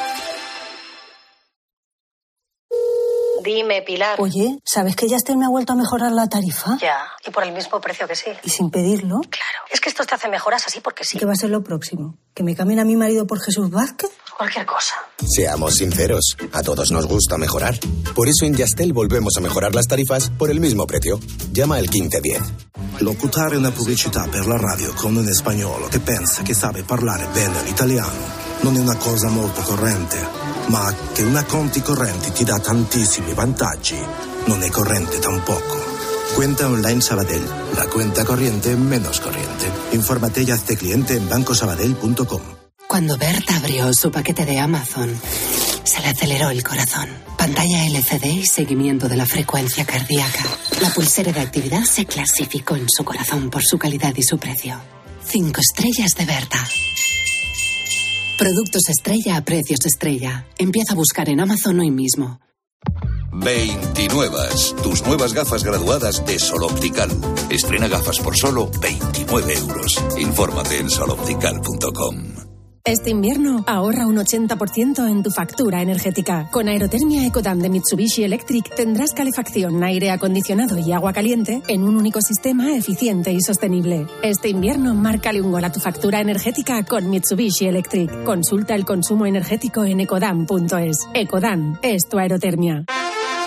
Dime, Pilar. Oye, ¿sabes que Yastel me ha vuelto a mejorar la tarifa? Ya, y por el mismo precio que sí. ¿Y sin pedirlo? Claro, es que esto te hace mejoras así porque sí. ¿Qué va a ser lo próximo? ¿Que me cambien a mi marido por Jesús Vázquez? Cualquier cosa. Seamos sinceros, a todos nos gusta mejorar. Por eso en Yastel volvemos a mejorar las tarifas por el mismo precio. Llama al quince diez. Locutare una pubblicità per la radio con un spagnolo che pensa che sabe parlare bene l'italiano non è una cosa molto corrente, ma che una conti correnti ti dà tantissimi vantaggi non è corrente tampoco. Cuenta online Sabadell, la cuenta corriente menos corriente. Infórmate y hazte cliente en banco sabadell punto com. Cuando Berta abrió su paquete de Amazon, se le aceleró el corazón. Pantalla L C D y seguimiento de la frecuencia cardíaca. La pulsera de actividad se clasificó en su corazón por su calidad y su precio. Cinco estrellas de Berta. Productos estrella a precios estrella. Empieza a buscar en Amazon hoy mismo. veintinuevas, tus nuevas gafas graduadas de Sol Optical. Estrena gafas por solo veintinueve euros. Infórmate en sol optical punto com. Este invierno ahorra un ochenta por ciento en tu factura energética. Con Aerotermia Ecodan de Mitsubishi Electric tendrás calefacción, aire acondicionado y agua caliente en un único sistema eficiente y sostenible. Este invierno márcale un gol a tu factura energética con Mitsubishi Electric. Consulta el consumo energético en ecodan punto es. Ecodan es tu aerotermia.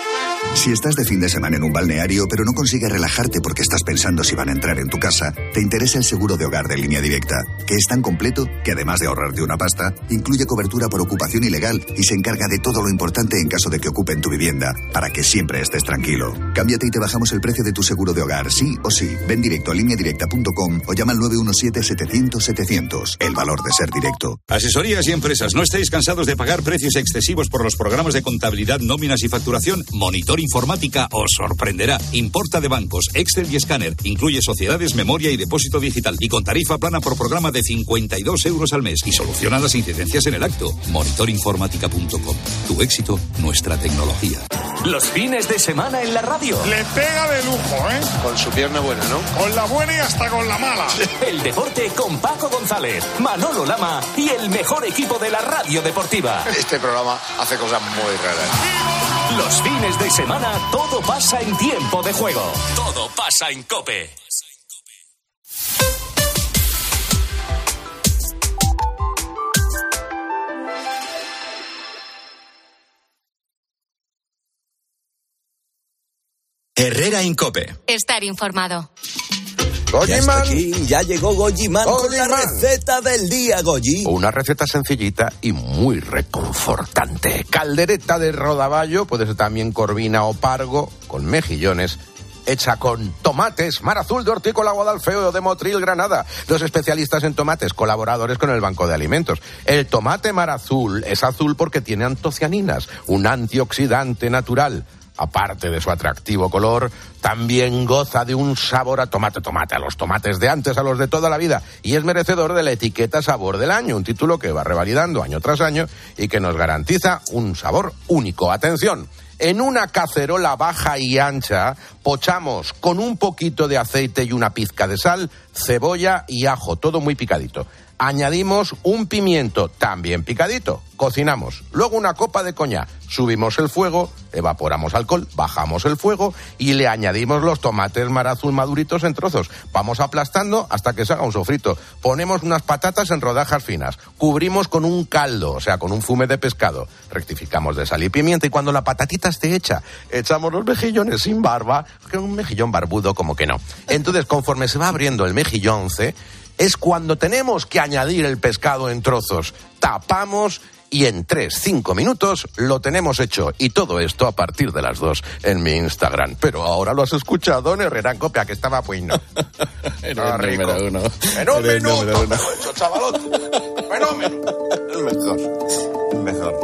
Si estás de fin de semana en un balneario pero no consigues relajarte porque estás pensando si van a entrar en tu casa, te interesa el seguro de hogar de Línea Directa, que es tan completo que además de ahorrarte una pasta, incluye cobertura por ocupación ilegal y se encarga de todo lo importante en caso de que ocupen tu vivienda, para que siempre estés tranquilo. Cámbiate y te bajamos el precio de tu seguro de hogar, sí o sí. Ven directo a línea directa punto com o llama al nueve uno siete, setecientos, setecientos. El valor de ser directo. Asesorías y empresas, ¿no estáis cansados de pagar precios excesivos por los programas de contabilidad, nóminas y facturación? Monitor Informática os sorprenderá. Importa de bancos, Excel y escáner. Incluye sociedades, memoria y depósito digital. Y con tarifa plana por programa de cincuenta y dos euros al mes. Y soluciona las incidencias en el acto. monitor informática punto com. Tu éxito, nuestra tecnología. Los fines de semana en la radio. Le pega de lujo, ¿eh? Con su pierna buena, ¿no? Con la buena y hasta con la mala. El deporte con Paco González, Manolo Lama y el mejor equipo de la radio deportiva. Este programa hace cosas muy raras. Los fines de semana todo pasa en Tiempo de Juego. Todo pasa en COPE. Herrera Incope. Estar informado. Ya está aquí, ya llegó Gojiman con la receta del día, Goji. Una receta sencillita y muy reconfortante. Caldereta de rodaballo, puede ser también corvina o pargo, con mejillones, hecha con tomates, mar azul de Hortícola Guadalfeo de Motril, Granada. Los especialistas en tomates, colaboradores con el Banco de Alimentos. El tomate mar azul es azul porque tiene antocianinas, un antioxidante natural. Aparte de su atractivo color, también goza de un sabor a tomate, tomate, a los tomates de antes, a los de toda la vida, y es merecedor de la etiqueta Sabor del Año, un título que va revalidando año tras año y que nos garantiza un sabor único. Atención, en una cacerola baja y ancha pochamos con un poquito de aceite y una pizca de sal, cebolla y ajo, todo muy picadito. Añadimos un pimiento también picadito, cocinamos, luego una copa de coñac, subimos el fuego, evaporamos alcohol, bajamos el fuego y le añadimos los tomates mar azul maduritos en trozos. Vamos aplastando hasta que se haga un sofrito. Ponemos unas patatas en rodajas finas, cubrimos con un caldo, o sea, con un fume de pescado. Rectificamos de sal y pimienta y cuando la patatita esté hecha, echamos los mejillones sin barba, que un mejillón barbudo como que no. Entonces, conforme se va abriendo el mejillonce, es cuando tenemos que añadir el pescado en trozos. Tapamos y en tres, cinco minutos lo tenemos hecho. Y todo esto a partir de las dos en mi Instagram. Pero ahora lo has escuchado en Herrera en Copia, que estaba bueno. Estaba rico. Número uno. En un Eres minuto número te uno. lo he hecho, chavalote. Fenómeno. El mejor. El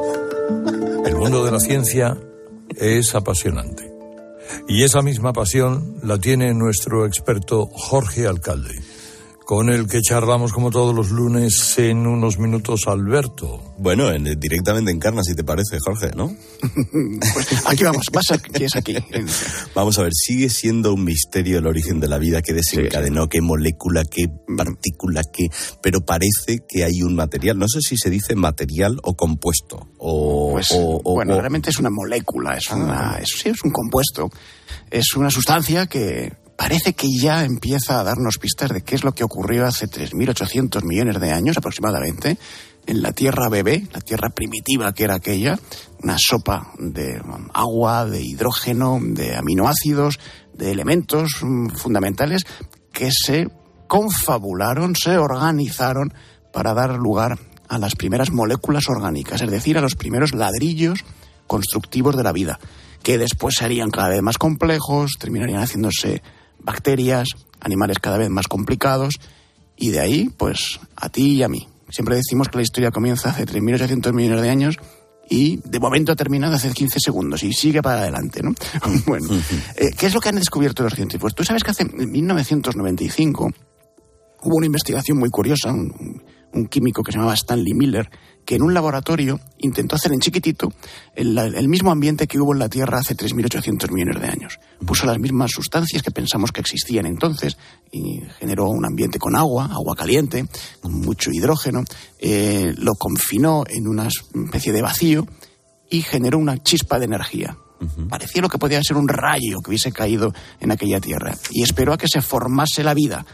mejor. El mundo de la ciencia es apasionante. Y esa misma pasión la tiene nuestro experto Jorge Alcalde, con el que charlamos como todos los lunes en unos minutos, Alberto. Bueno, en, directamente encarna, si te parece, Jorge, ¿no? Pues aquí vamos, vas aquí, es aquí. Vamos a ver, sigue siendo un misterio el origen de la vida, qué desencadenó, sí, sí. qué molécula, qué partícula, qué... Pero parece que hay un material, no sé si se dice material o compuesto. O, pues, o, o bueno, o... realmente es una molécula, es, una, es, sí, es un compuesto. Es una sustancia que parece que ya empieza a darnos pistas de qué es lo que ocurrió hace tres mil ochocientos millones de años aproximadamente en la Tierra bebé, la Tierra primitiva que era aquella, una sopa de agua, de hidrógeno, de aminoácidos, de elementos fundamentales que se confabularon, se organizaron para dar lugar a las primeras moléculas orgánicas, es decir, a los primeros ladrillos constructivos de la vida, que después serían cada vez más complejos, terminarían haciéndose bacterias, animales cada vez más complicados, y de ahí, pues, a ti y a mí. Siempre decimos que la historia comienza hace tres mil ochocientos millones de años y de momento ha terminado hace quince segundos y sigue para adelante, ¿no? Bueno, eh, ¿qué es lo que han descubierto los científicos? Tú sabes que hace en mil novecientos noventa y cinco hubo una investigación muy curiosa, un, un químico que se llamaba Stanley Miller, que en un laboratorio intentó hacer en chiquitito el, el mismo ambiente que hubo en la Tierra hace tres mil ochocientos millones de años. Puso las mismas sustancias que pensamos que existían entonces y generó un ambiente con agua, agua caliente, con mucho hidrógeno, eh, lo confinó en una especie de vacío y generó una chispa de energía. Uh-huh. Parecía lo que podía ser un rayo que hubiese caído en aquella Tierra y esperó a que se formase la vida.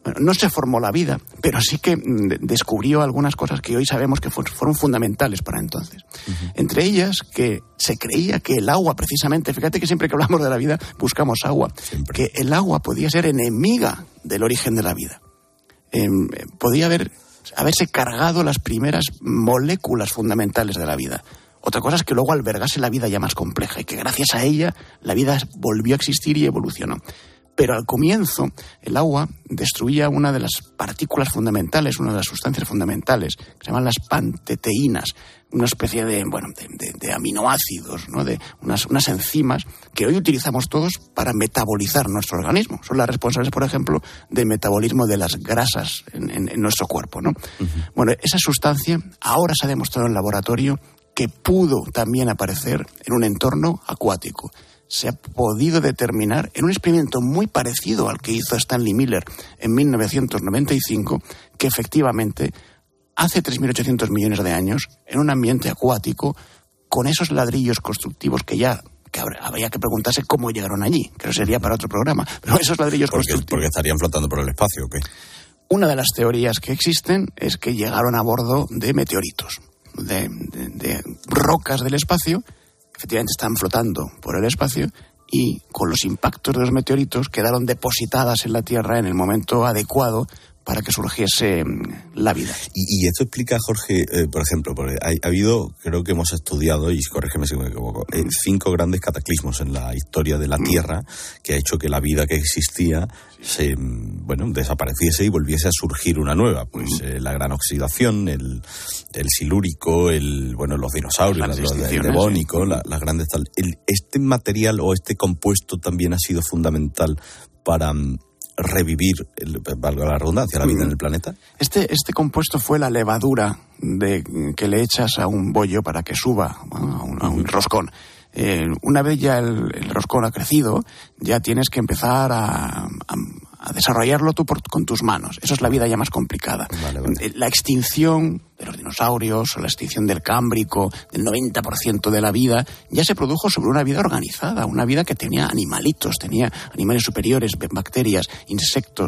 Bueno, no se formó la vida, pero sí que descubrió algunas cosas que hoy sabemos que fueron fundamentales para entonces. Uh-huh. Entre ellas, que se creía que el agua, precisamente, fíjate que siempre que hablamos de la vida buscamos agua, siempre. Que el agua podía ser enemiga del origen de la vida. Eh, podía haber, haberse cargado las primeras moléculas fundamentales de la vida. Otra cosa es que luego albergase la vida ya más compleja y que gracias a ella la vida volvió a existir y evolucionó. Pero al comienzo el agua destruía una de las partículas fundamentales, una de las sustancias fundamentales, que se llaman las panteteínas, una especie de, bueno, de, de, de aminoácidos, ¿no? De unas, unas enzimas que hoy utilizamos todos para metabolizar nuestro organismo. Son las responsables, por ejemplo, del metabolismo de las grasas en, en, en nuestro cuerpo, ¿no? Uh-huh. Bueno, esa sustancia ahora se ha demostrado en el laboratorio que pudo también aparecer en un entorno acuático. Se ha podido determinar en un experimento muy parecido al que hizo Stanley Miller en mil novecientos noventa y cinco que efectivamente hace tres mil ochocientos millones de años, en un ambiente acuático, con esos ladrillos constructivos que ya que habría que preguntarse cómo llegaron allí, que eso sería para otro programa, pero esos ladrillos porque, constructivos... Porque estarían flotando por el espacio, ¿o qué? Una de las teorías que existen es que llegaron a bordo de meteoritos, de, de, de rocas del espacio, efectivamente están flotando por el espacio y con los impactos de los meteoritos quedaron depositadas en la Tierra en el momento adecuado para que surgiese la vida. Y, y esto explica, Jorge, eh, por ejemplo, porque ha, ha habido, creo que hemos estudiado, y corrígeme si me equivoco, eh, cinco grandes cataclismos en la historia de la Tierra que ha hecho que la vida que existía se, bueno, desapareciese y volviese a surgir una nueva. Pues eh, la gran oxidación, el, el silúrico, el, bueno, los dinosaurios, las los, el devónico, sí. la, las grandes tal. El, este material o este compuesto también ha sido fundamental para revivir, el, valga la redundancia, la vida en el planeta. Este, este compuesto fue la levadura de, que le echas a un bollo para que suba, ¿no? a, un, a un roscón. Eh, una vez ya el, el roscón ha crecido, ya tienes que empezar a, a, a desarrollarlo tú por, con tus manos. Eso es la vida ya más complicada. Vale, vale. La extinción de los dinosaurios o la extinción del Cámbrico, del noventa por ciento de la vida, ya se produjo sobre una vida organizada, una vida que tenía animalitos, tenía animales superiores, bacterias, insectos,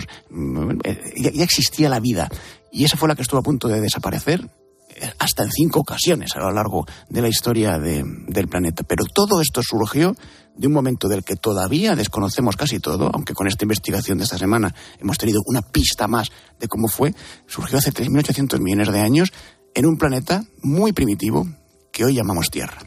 ya, ya existía la vida. Y esa fue la que estuvo a punto de desaparecer hasta en cinco ocasiones a lo largo de la historia de, del planeta. Pero todo esto surgió de un momento del que todavía desconocemos casi todo, aunque con esta investigación de esta semana hemos tenido una pista más de cómo fue. Surgió hace tres mil ochocientos millones de años en un planeta muy primitivo que hoy llamamos Tierra.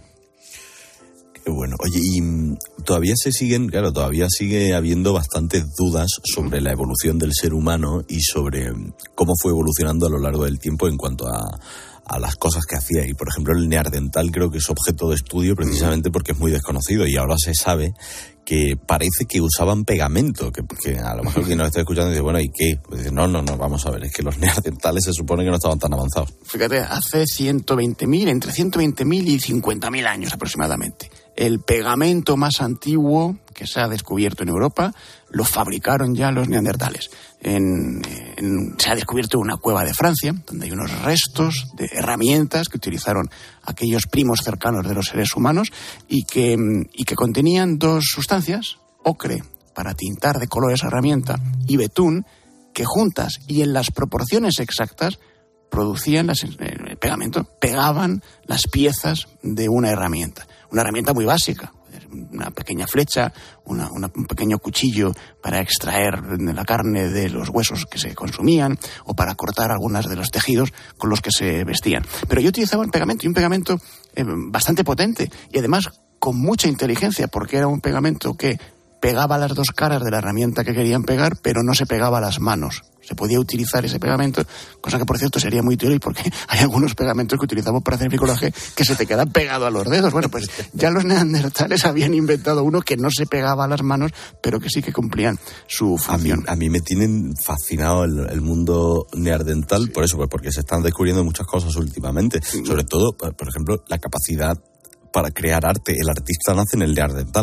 Qué bueno. Oye, y todavía se siguen, claro, todavía sigue habiendo bastantes dudas sobre la evolución del ser humano y sobre cómo fue evolucionando a lo largo del tiempo en cuanto a a las cosas que hacía. Y, por ejemplo, el neandertal creo que es objeto de estudio precisamente porque es muy desconocido y ahora se sabe que parece que usaban pegamento, que, que a lo mejor quien nos está escuchando dice, bueno, ¿y qué? Pues dice, no, no, no, vamos a ver, es que los neandertales se supone que no estaban tan avanzados. Fíjate, hace ciento veinte mil, entre ciento veinte mil y cincuenta mil años aproximadamente. El pegamento más antiguo que se ha descubierto en Europa lo fabricaron ya los neandertales. En, en, se ha descubierto una cueva de Francia, donde hay unos restos de herramientas que utilizaron aquellos primos cercanos de los seres humanos y que, y que contenían dos sustancias, ocre para tintar de color esa herramienta y betún, que juntas y en las proporciones exactas producían las, el pegamento, pegaban las piezas de una herramienta. Una herramienta muy básica, una pequeña flecha, una, una, un pequeño cuchillo para extraer la carne de los huesos que se consumían o para cortar algunos de los tejidos con los que se vestían. Pero yo utilizaba un pegamento, y un pegamento eh, bastante potente y además con mucha inteligencia, porque era un pegamento que pegaba las dos caras de la herramienta que querían pegar, pero no se pegaba a las manos. Se podía utilizar ese pegamento, cosa que por cierto sería muy útil porque hay algunos pegamentos que utilizamos para hacer bricolaje que se te quedan pegados a los dedos. Bueno, pues ya los neandertales habían inventado uno que no se pegaba a las manos, pero que sí que cumplían su función. A mí, a mí me tienen fascinado el, el mundo neandertal, sí. Por eso, pues porque se están descubriendo muchas cosas últimamente. Sí. Sobre todo, por ejemplo, la capacidad para crear arte. El artista nace en el neandertal, ¿no?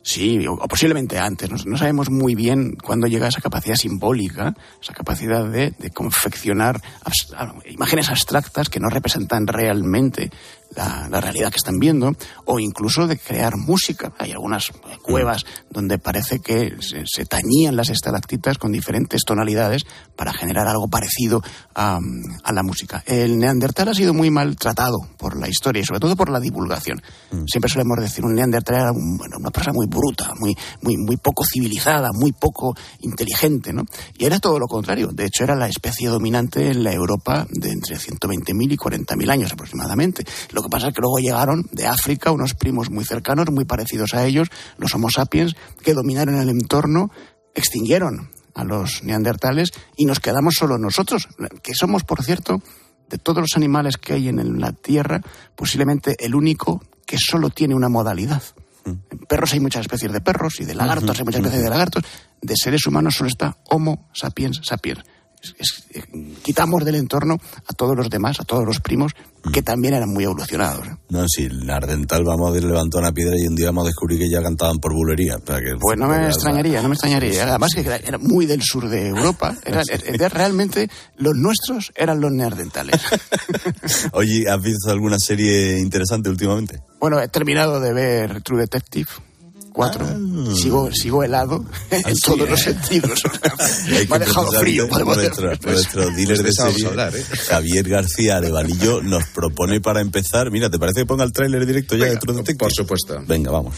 Sí, o, o posiblemente antes. No, no sabemos muy bien cuándo llega esa capacidad simbólica, esa capacidad de, de confeccionar abs, imágenes abstractas que no representan realmente la, la realidad que están viendo, o incluso de crear música. Hay algunas cuevas donde parece que se, se tañían las estalactitas con diferentes tonalidades para generar algo parecido a, a la música. El neandertal ha sido muy maltratado por la historia y sobre todo por la divulgación. Mm. Siempre solemos decir un neandertal era un, bueno, una persona muy bruta, muy, muy, muy poco civilizada, muy poco inteligente, ¿no? Y era todo lo contrario. De hecho, era la especie dominante en la Europa de entre ciento veinte mil y cuarenta mil años aproximadamente. Lo que pasa es que luego llegaron de África unos primos muy cercanos, muy parecidos a ellos, los Homo sapiens, que dominaron el entorno, extinguieron a los neandertales y nos quedamos solo nosotros, que somos, por cierto, de todos los animales que hay en la Tierra, posiblemente el único que solo tiene una modalidad. En perros hay muchas especies de perros y de lagartos uh-huh. hay muchas especies de lagartos. De seres humanos solo está Homo sapiens sapiens. Es, es, eh, quitamos del entorno a todos los demás, a todos los primos, que también eran muy evolucionados. ¿eh? No, sí, el neandertal vamos a levantar una piedra y un día vamos a descubrir que ya cantaban por bulería. O sea, que pues no me extrañaría, no me extrañaría. Además que era muy del sur de Europa. Era, era, realmente los nuestros eran los neandertales. Oye, ¿has visto alguna serie interesante últimamente? Bueno, he terminado de ver True Detective cuatro. Ah. Sigo, sigo helado en Así todos es. los sentidos. Me ha dejado frío. Nuestro, nuestro dealer de serie, hablar, ¿eh? Javier García Arevalillo, nos propone para empezar... Mira, ¿te parece que ponga el tráiler directo ya de True Detective? Por supuesto. Venga, vamos.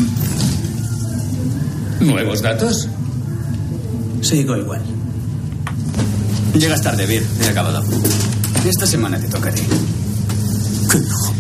¿Nuevos datos? Sigo igual. Llegas tarde, Vir. He acabado. Esta semana te toca a ti. ¿Qué hijo?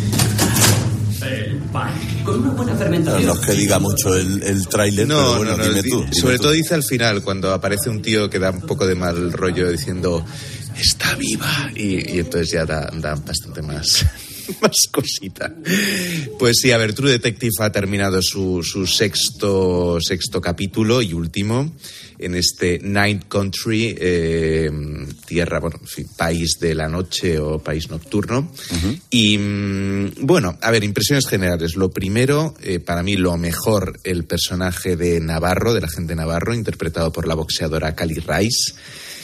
El pan. Con una buena fermentación. No es que diga mucho el, el tráiler, no, pero bueno, no, no, dime di, tú. Dime sobre tú. todo dice al final, cuando aparece un tío que da un poco de mal rollo diciendo está viva, y, y entonces ya da, da bastante más... más cosita. Pues sí, a ver, True Detective ha terminado su, su sexto, sexto capítulo y último en este Night Country, eh, tierra, bueno, en fin, país de la noche o país nocturno. Uh-huh. Y bueno, a ver, impresiones generales. Lo primero, eh, para mí lo mejor, el personaje de Navarro, del agente Navarro, interpretado por la boxeadora Kali Rice.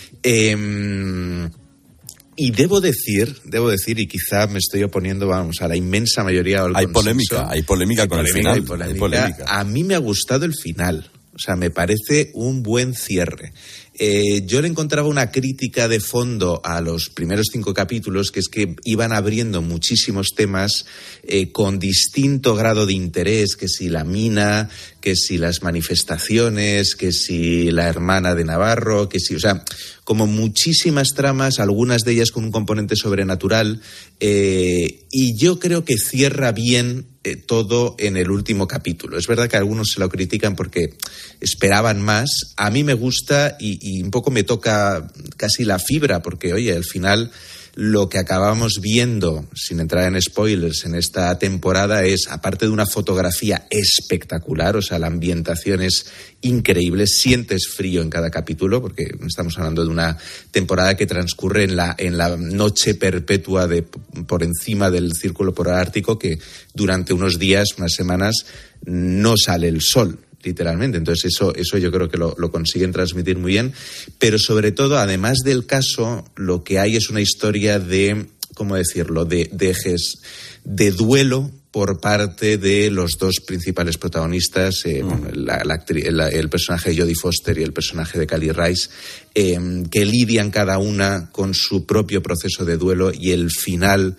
Eh, Y debo decir, debo decir, y quizá me estoy oponiendo, vamos, a la inmensa mayoría del Hay consenso. polémica, hay polémica hay con polémica, el final. Hay polémica. Hay polémica. A mí me ha gustado el final. O sea, me parece un buen cierre. Eh, yo le encontraba una crítica de fondo a los primeros cinco capítulos, que es que iban abriendo muchísimos temas eh, con distinto grado de interés, que si la mina, que si las manifestaciones, que si la hermana de Navarro, que si, o sea, como muchísimas tramas, algunas de ellas con un componente sobrenatural, eh, y yo creo que cierra bien eh, todo en el último capítulo. Es verdad que algunos se lo critican porque esperaban más. A mí me gusta y, y un poco me toca casi la fibra, porque, oye, al final lo que acabamos viendo, sin entrar en spoilers, en esta temporada es, aparte de una fotografía espectacular, o sea, la ambientación es increíble, sientes frío en cada capítulo, porque estamos hablando de una temporada que transcurre en la, en la noche perpetua de, por encima del círculo polar ártico, que durante unos días, unas semanas, no sale el sol, literalmente. Entonces eso, eso yo creo que lo, lo consiguen transmitir muy bien, pero sobre todo, además del caso, lo que hay es una historia de, ¿cómo decirlo?, de, de ejes de duelo por parte de los dos principales protagonistas, eh, mm. bueno, la, la actri- la, el personaje de Jodie Foster y el personaje de Kali Rice, eh, que lidian cada una con su propio proceso de duelo, y el final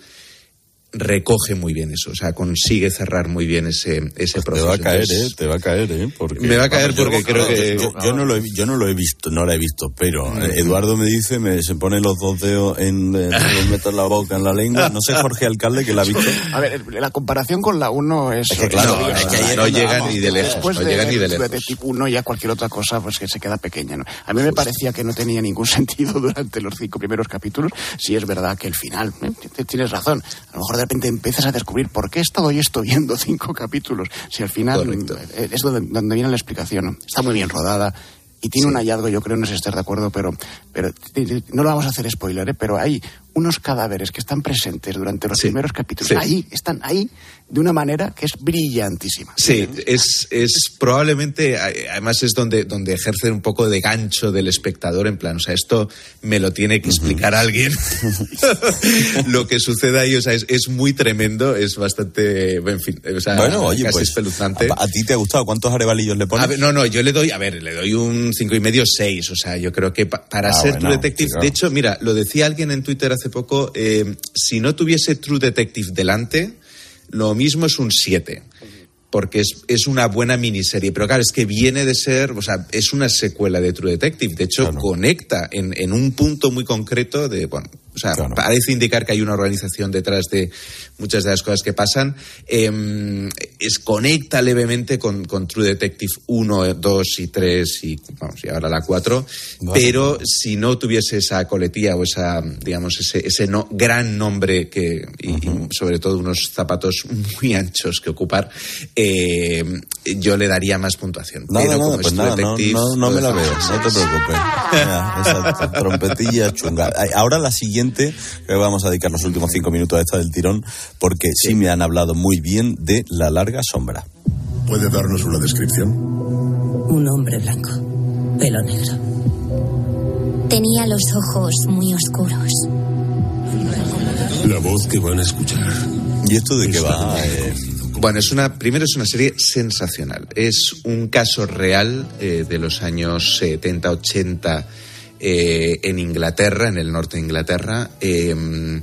recoge muy bien eso, o sea, consigue cerrar muy bien ese, ese pues proceso. Te va a caer, Entonces, eh, te va a caer, eh. Porque, me va a caer vamos, porque yo, creo que... Yo, yo, no lo he, yo no lo he visto, no la he visto, pero mm. Eduardo me dice, me se pone los dos dedos en, en, en meter la boca en la lengua. No sé, Jorge Alcalde, que la ha visto. A ver, la comparación con la uno es... Es que claro, no, es que ayer no llegan ni de lejos, después no llegan ni de lejos. De tipo uno ya cualquier otra cosa pues que se queda pequeña, ¿no? A mí me parecía que no tenía ningún sentido durante los cinco primeros capítulos. Sí es verdad que el final, ¿eh? Tienes razón, a lo mejor de repente empiezas a descubrir por qué he estado yo esto viendo cinco capítulos, si al final Correcto. Es donde, donde viene la explicación. Está muy bien rodada y tiene sí. un hallazgo, yo creo, no sé si estás de acuerdo, pero, pero no lo vamos a hacer spoiler, ¿eh? Pero hay unos cadáveres que están presentes durante los sí, primeros capítulos. Sí. Ahí, están ahí de una manera que es brillantísima. Sí, es, es probablemente, además es donde, donde ejerce un poco de gancho del espectador, en plan, o sea, esto me lo tiene que explicar uh-huh. alguien. Lo que sucede ahí, o sea, es, es muy tremendo, es bastante, en fin, o sea, bueno, oye, casi pues, espeluznante. ¿A, ¿A ti te ha gustado? ¿Cuántos arevalillos le pones? A ver, no, no, yo le doy, a ver, le doy un cinco y medio, seis, o sea, yo creo que pa, para ah, ser bueno, True Detective, sí, claro. De hecho, mira, lo decía alguien en Twitter hace poco, eh, si no tuviese True Detective delante, lo mismo es un siete, porque es, es una buena miniserie, pero claro, es que viene de ser, o sea, es una secuela de True Detective, de hecho, claro. conecta en, en un punto muy concreto de, bueno, o sea, claro. parece indicar que hay una organización detrás de muchas de las cosas que pasan, eh, es, conecta levemente con, con True Detective uno, dos y tres y, vamos, y ahora la cuatro, bueno. Pero si no tuviese esa coletilla o esa, digamos, ese, ese no, gran nombre que, y, uh-huh. y sobre todo unos zapatos muy anchos que ocupar, eh, yo le daría más puntuación. Nada, pero nada, como pues nada, no, no, no me la veo, no te preocupes. Mira, exacto, trompetilla chunga. Ahora la siguiente que vamos a dedicar los últimos cinco minutos a esta del tirón, porque sí. sí me han hablado muy bien de La larga sombra. ¿Puede darnos una descripción? Un hombre blanco, pelo negro. Tenía los ojos muy oscuros. La voz que van a escuchar. ¿Y esto de qué va? Eh... Bueno, es una, primero es una serie sensacional. Es un caso real eh, de los años setenta, ochenta eh, en Inglaterra, en el norte de Inglaterra, eh,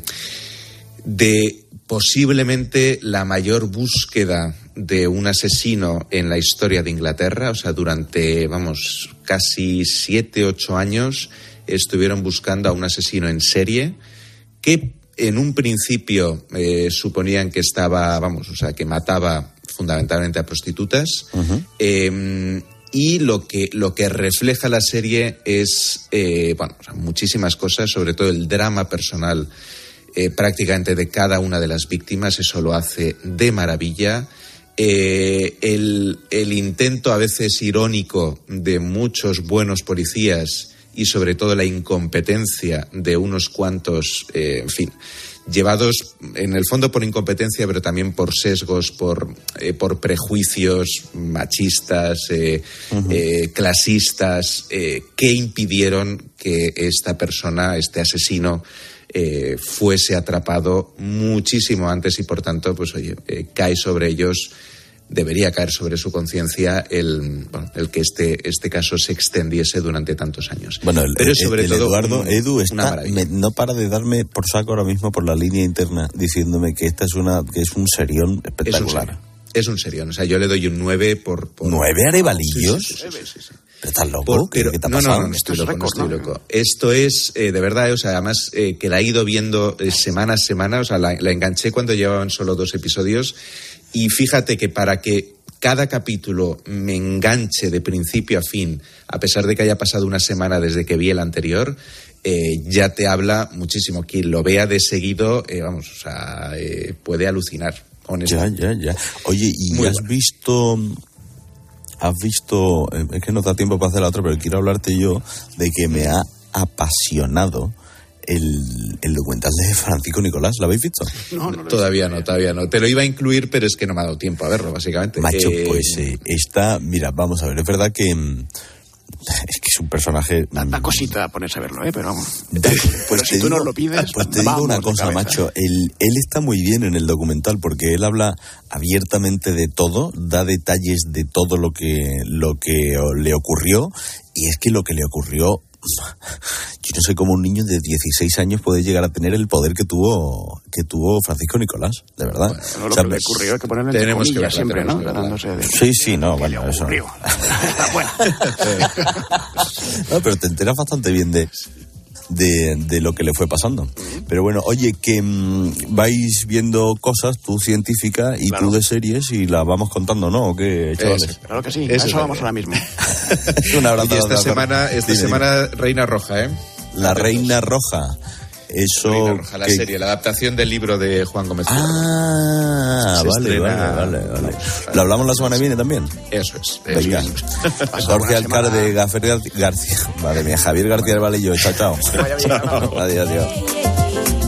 de posiblemente la mayor búsqueda de un asesino en la historia de Inglaterra. O sea, durante, vamos, casi siete, ocho años estuvieron buscando a un asesino en serie que en un principio eh, suponían que estaba, vamos, o sea, que mataba fundamentalmente a prostitutas. Uh-huh. Eh, y lo que, lo que refleja la serie es, eh, bueno, o sea, muchísimas cosas, sobre todo el drama personal eh, prácticamente de cada una de las víctimas. Eso lo hace de maravilla. Eh, el, el intento a veces irónico de muchos buenos policías y sobre todo la incompetencia de unos cuantos, eh, en fin, llevados en el fondo por incompetencia, pero también por sesgos, por, eh, por prejuicios machistas, eh, uh-huh. eh, clasistas, eh, que impidieron que esta persona, este asesino, eh, fuese atrapado muchísimo antes y por tanto, pues oye, eh, cae sobre ellos. Debería caer sobre su conciencia el, bueno, el que este, este caso se extendiese durante tantos años. Bueno, el, Pero sobre el, el todo Eduardo, un, Edu está, me, no para de darme por saco ahora mismo por la línea interna, diciéndome que esta es una que es un serión espectacular. Es un, es un serión, o sea, yo le doy un nueve por... por... ¿Nueve arevalillos? Sí, sí, sí, sí, sí. ¿Pero estás loco? Por, pero, ¿Qué te ha no, pasado? no, no, estoy loco, no estoy loco. Esto es, eh, de verdad, o sea, además eh, que la he ido viendo eh, semana a semana, o sea, la, la enganché cuando llevaban solo dos episodios y fíjate que para que cada capítulo me enganche de principio a fin, a pesar de que haya pasado una semana desde que vi el anterior, eh, ya te habla muchísimo. Quien lo vea de seguido, eh, vamos, o sea, eh, puede alucinar, honestamente. Ya, ya, ya. Oye, ¿y Muy has bueno. visto... Has visto... Es que no da tiempo para hacer la otra, pero quiero hablarte yo de que me ha apasionado El, el documental de Francisco Nicolás. ¿Lo habéis visto? No, no, no todavía no, todavía no. Te lo iba a incluir, pero es que no me ha dado tiempo a verlo, básicamente. Macho, eh... pues eh, está... Mira, vamos a ver, es verdad que... Es que es un personaje... Tanta cosita a ponerse a verlo, ¿eh? Pero vamos. Pues si tú digo, no lo pides... Pues te digo una cosa, macho. Él, él está muy bien en el documental porque él habla abiertamente de todo, da detalles de todo lo que, lo que le ocurrió, y es que lo que le ocurrió... Yo no sé cómo un niño de dieciséis años puede llegar a tener el poder que tuvo que tuvo Francisco Nicolás, de verdad. Bueno, lo o sea, que le ocurrió es que ponerle tenemos que verla, siempre, tenemos ¿no? Que de... Sí, sí, no, bueno, eso. Está bueno. No, pero te enteras bastante bien de de, de lo que le fue pasando. Pero bueno, oye, que mmm, vais viendo cosas, tú científica y claro. tú de series, y las vamos contando, ¿no? ¿O qué, chavales? Eso, claro que sí, eso, eso vamos ahora mismo. Un abrazo. Y esta semana, esta dime, semana dime. Reina Roja, ¿eh? La Reina Roja. Eso Reina Roja, la que... serie, la adaptación del libro de Juan Gómez. Ah, vale, estrena... vale, vale, vale. ¿Lo hablamos la semana que viene también? Eso es. Venga. Jorge Alcalde, Gabriel García. Madre mía, Javier García del Valillo. Chao, chao. Que vaya bien, adiós, adiós.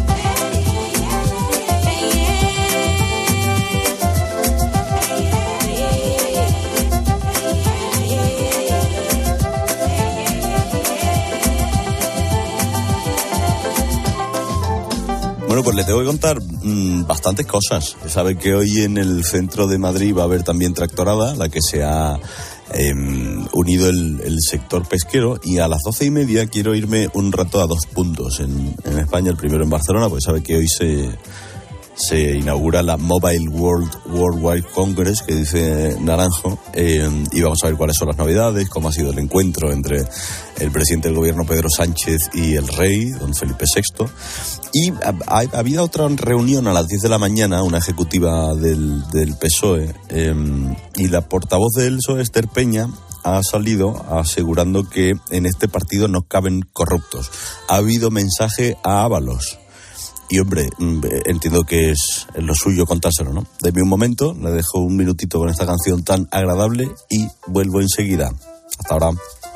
Bueno, pues le tengo que contar mmm, bastantes cosas. Sabe que hoy en el centro de Madrid va a haber también tractorada, la que se ha eh, unido el, el sector pesquero, y a las doce y media quiero irme un rato a dos puntos en, en España, el primero en Barcelona, porque sabe que hoy se... se inaugura la Mobile World Worldwide Congress, que dice Naranjo, eh, y vamos a ver cuáles son las novedades, cómo ha sido el encuentro entre el presidente del gobierno Pedro Sánchez y el rey, don Felipe sexto. Y ha, ha, había otra reunión a las diez de la mañana, una ejecutiva del, del P S O E, eh, y la portavoz del P S O E, Esther Peña, ha salido asegurando que en este partido no caben corruptos. Ha habido mensaje a Ábalos. Y hombre, entiendo que es lo suyo contárselo, ¿no? Deme un momento, le dejo un minutito con esta canción tan agradable y vuelvo enseguida. Hasta ahora.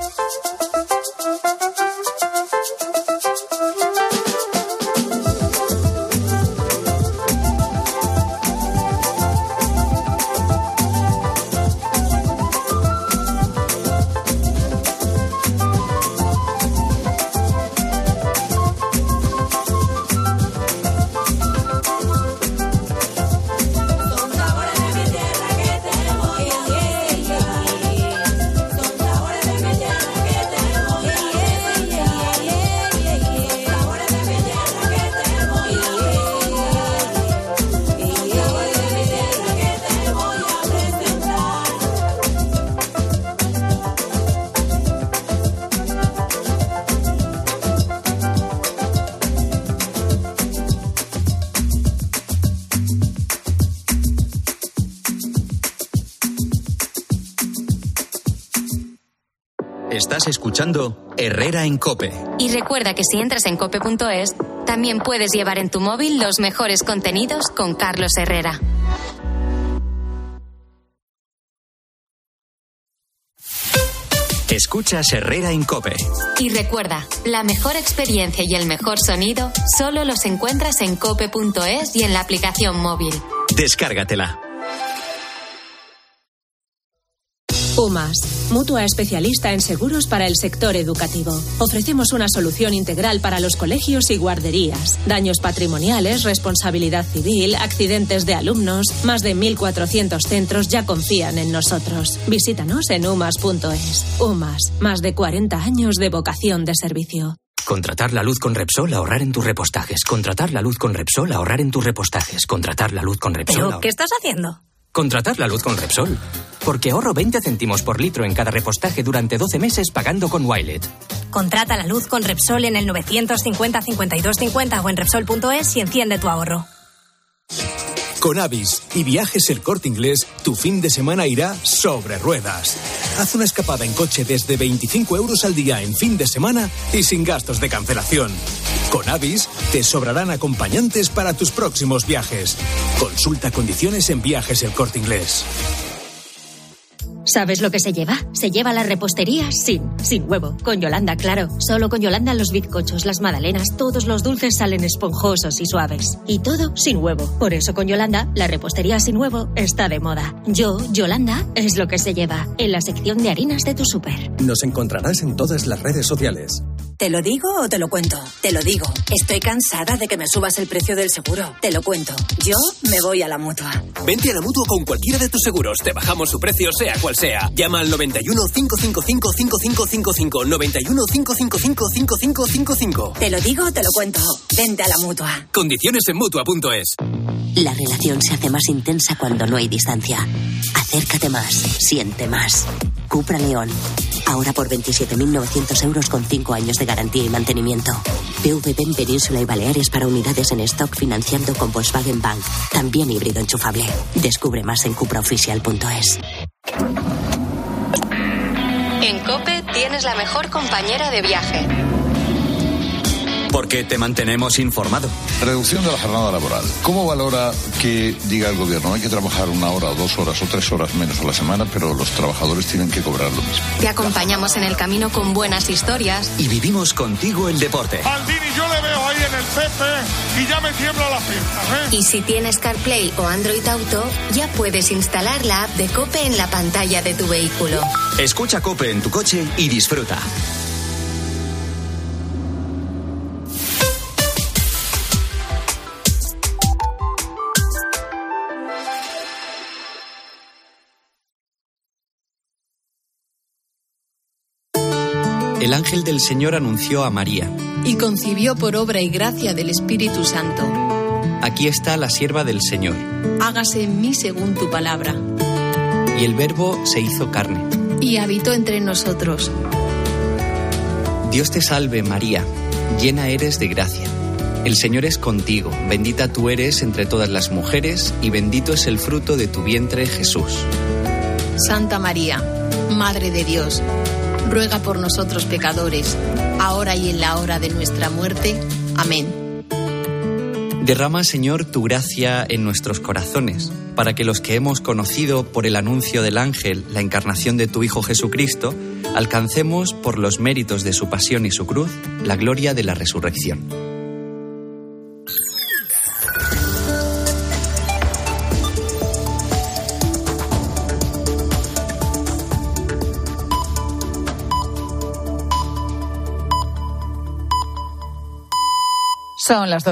Estás escuchando Herrera en COPE. Y recuerda que si entras en cope punto es, también puedes llevar en tu móvil los mejores contenidos con Carlos Herrera. Escuchas Herrera en COPE. Y recuerda, la mejor experiencia y el mejor sonido solo los encuentras en cope punto es y en la aplicación móvil. Descárgatela. UMAS, mutua especialista en seguros para el sector educativo. Ofrecemos una solución integral para los colegios y guarderías. Daños patrimoniales, responsabilidad civil, accidentes de alumnos. Más de mil cuatrocientos centros ya confían en nosotros. Visítanos en umas punto es. UMAS, más de cuarenta años de vocación de servicio. Contratar la luz con Repsol, ahorrar en tus repostajes. Contratar la luz con Repsol, ahorrar en tus repostajes. Contratar la luz con Repsol. ¿Pero qué estás haciendo? Contratar la luz con Repsol. Porque ahorro veinte céntimos por litro en cada repostaje durante doce meses pagando con Wilet. Contrata la luz con Repsol en el novecientos cincuenta cincuenta y dos cincuenta o en Repsol punto es y enciende tu ahorro. Con Avis y Viajes El Corte Inglés, tu fin de semana irá sobre ruedas. Haz una escapada en coche desde veinticinco euros al día en fin de semana y sin gastos de cancelación. Con Avis te sobrarán acompañantes para tus próximos viajes. Consulta condiciones en Viajes El Corte Inglés. ¿Sabes lo que se lleva? Se lleva la repostería sin, sin huevo. Con Yolanda, claro. Solo con Yolanda los bizcochos, las magdalenas, todos los dulces salen esponjosos y suaves. Y todo sin huevo. Por eso con Yolanda, la repostería sin huevo está de moda. Yo, Yolanda, es lo que se lleva. En la sección de harinas de tu súper. Nos encontrarás en todas las redes sociales. ¿Te lo digo o te lo cuento? Te lo digo. Estoy cansada de que me subas el precio del seguro. Te lo cuento. Yo me voy a la Mutua. Vente a la Mutua con cualquiera de tus seguros. Te bajamos su precio, sea cual sea. Llama al noventa y uno, cinco cinco cinco, cinco cinco cinco cinco. noventa y uno, cinco cinco cinco, cinco cinco cinco cinco. Te lo digo o te lo cuento. Vente a la Mutua. Condiciones en Mutua punto es. La relación se hace más intensa cuando no hay distancia. Acércate más. Siente más. Cupra León. Ahora por veintisiete mil novecientos euros con cinco años de garantía y mantenimiento. P V P en Península y Baleares para unidades en stock financiando con Volkswagen Bank. También híbrido enchufable. Descubre más en cupra oficial punto es. En COPE tienes la mejor compañera de viaje. Porque te mantenemos informado. Reducción de la jornada laboral. ¿Cómo valora que diga el gobierno? Hay que trabajar una hora, o dos horas o tres horas menos a la semana, pero los trabajadores tienen que cobrar lo mismo. Te acompañamos en el camino con buenas historias. Y vivimos contigo el deporte. Aldini, yo le veo ahí en el Pepe y ya me tiembla la pierna, ¿eh? Y si tienes CarPlay o Android Auto, ya puedes instalar la app de COPE en la pantalla de tu vehículo. Escucha COPE en tu coche y disfruta. El ángel del Señor anunció a María: y concibió por obra y gracia del Espíritu Santo. Aquí está la sierva del Señor. Hágase en mí según tu palabra. Y el Verbo se hizo carne. Y habitó entre nosotros. Dios te salve, María, llena eres de gracia. El Señor es contigo, bendita tú eres entre todas las mujeres, y bendito es el fruto de tu vientre, Jesús. Santa María, Madre de Dios, ruega por nosotros pecadores, ahora y en la hora de nuestra muerte. Amén. Derrama, Señor, tu gracia en nuestros corazones, para que los que hemos conocido por el anuncio del ángel la encarnación de tu Hijo Jesucristo, alcancemos, por los méritos de su pasión y su cruz, la gloria de la resurrección. Son las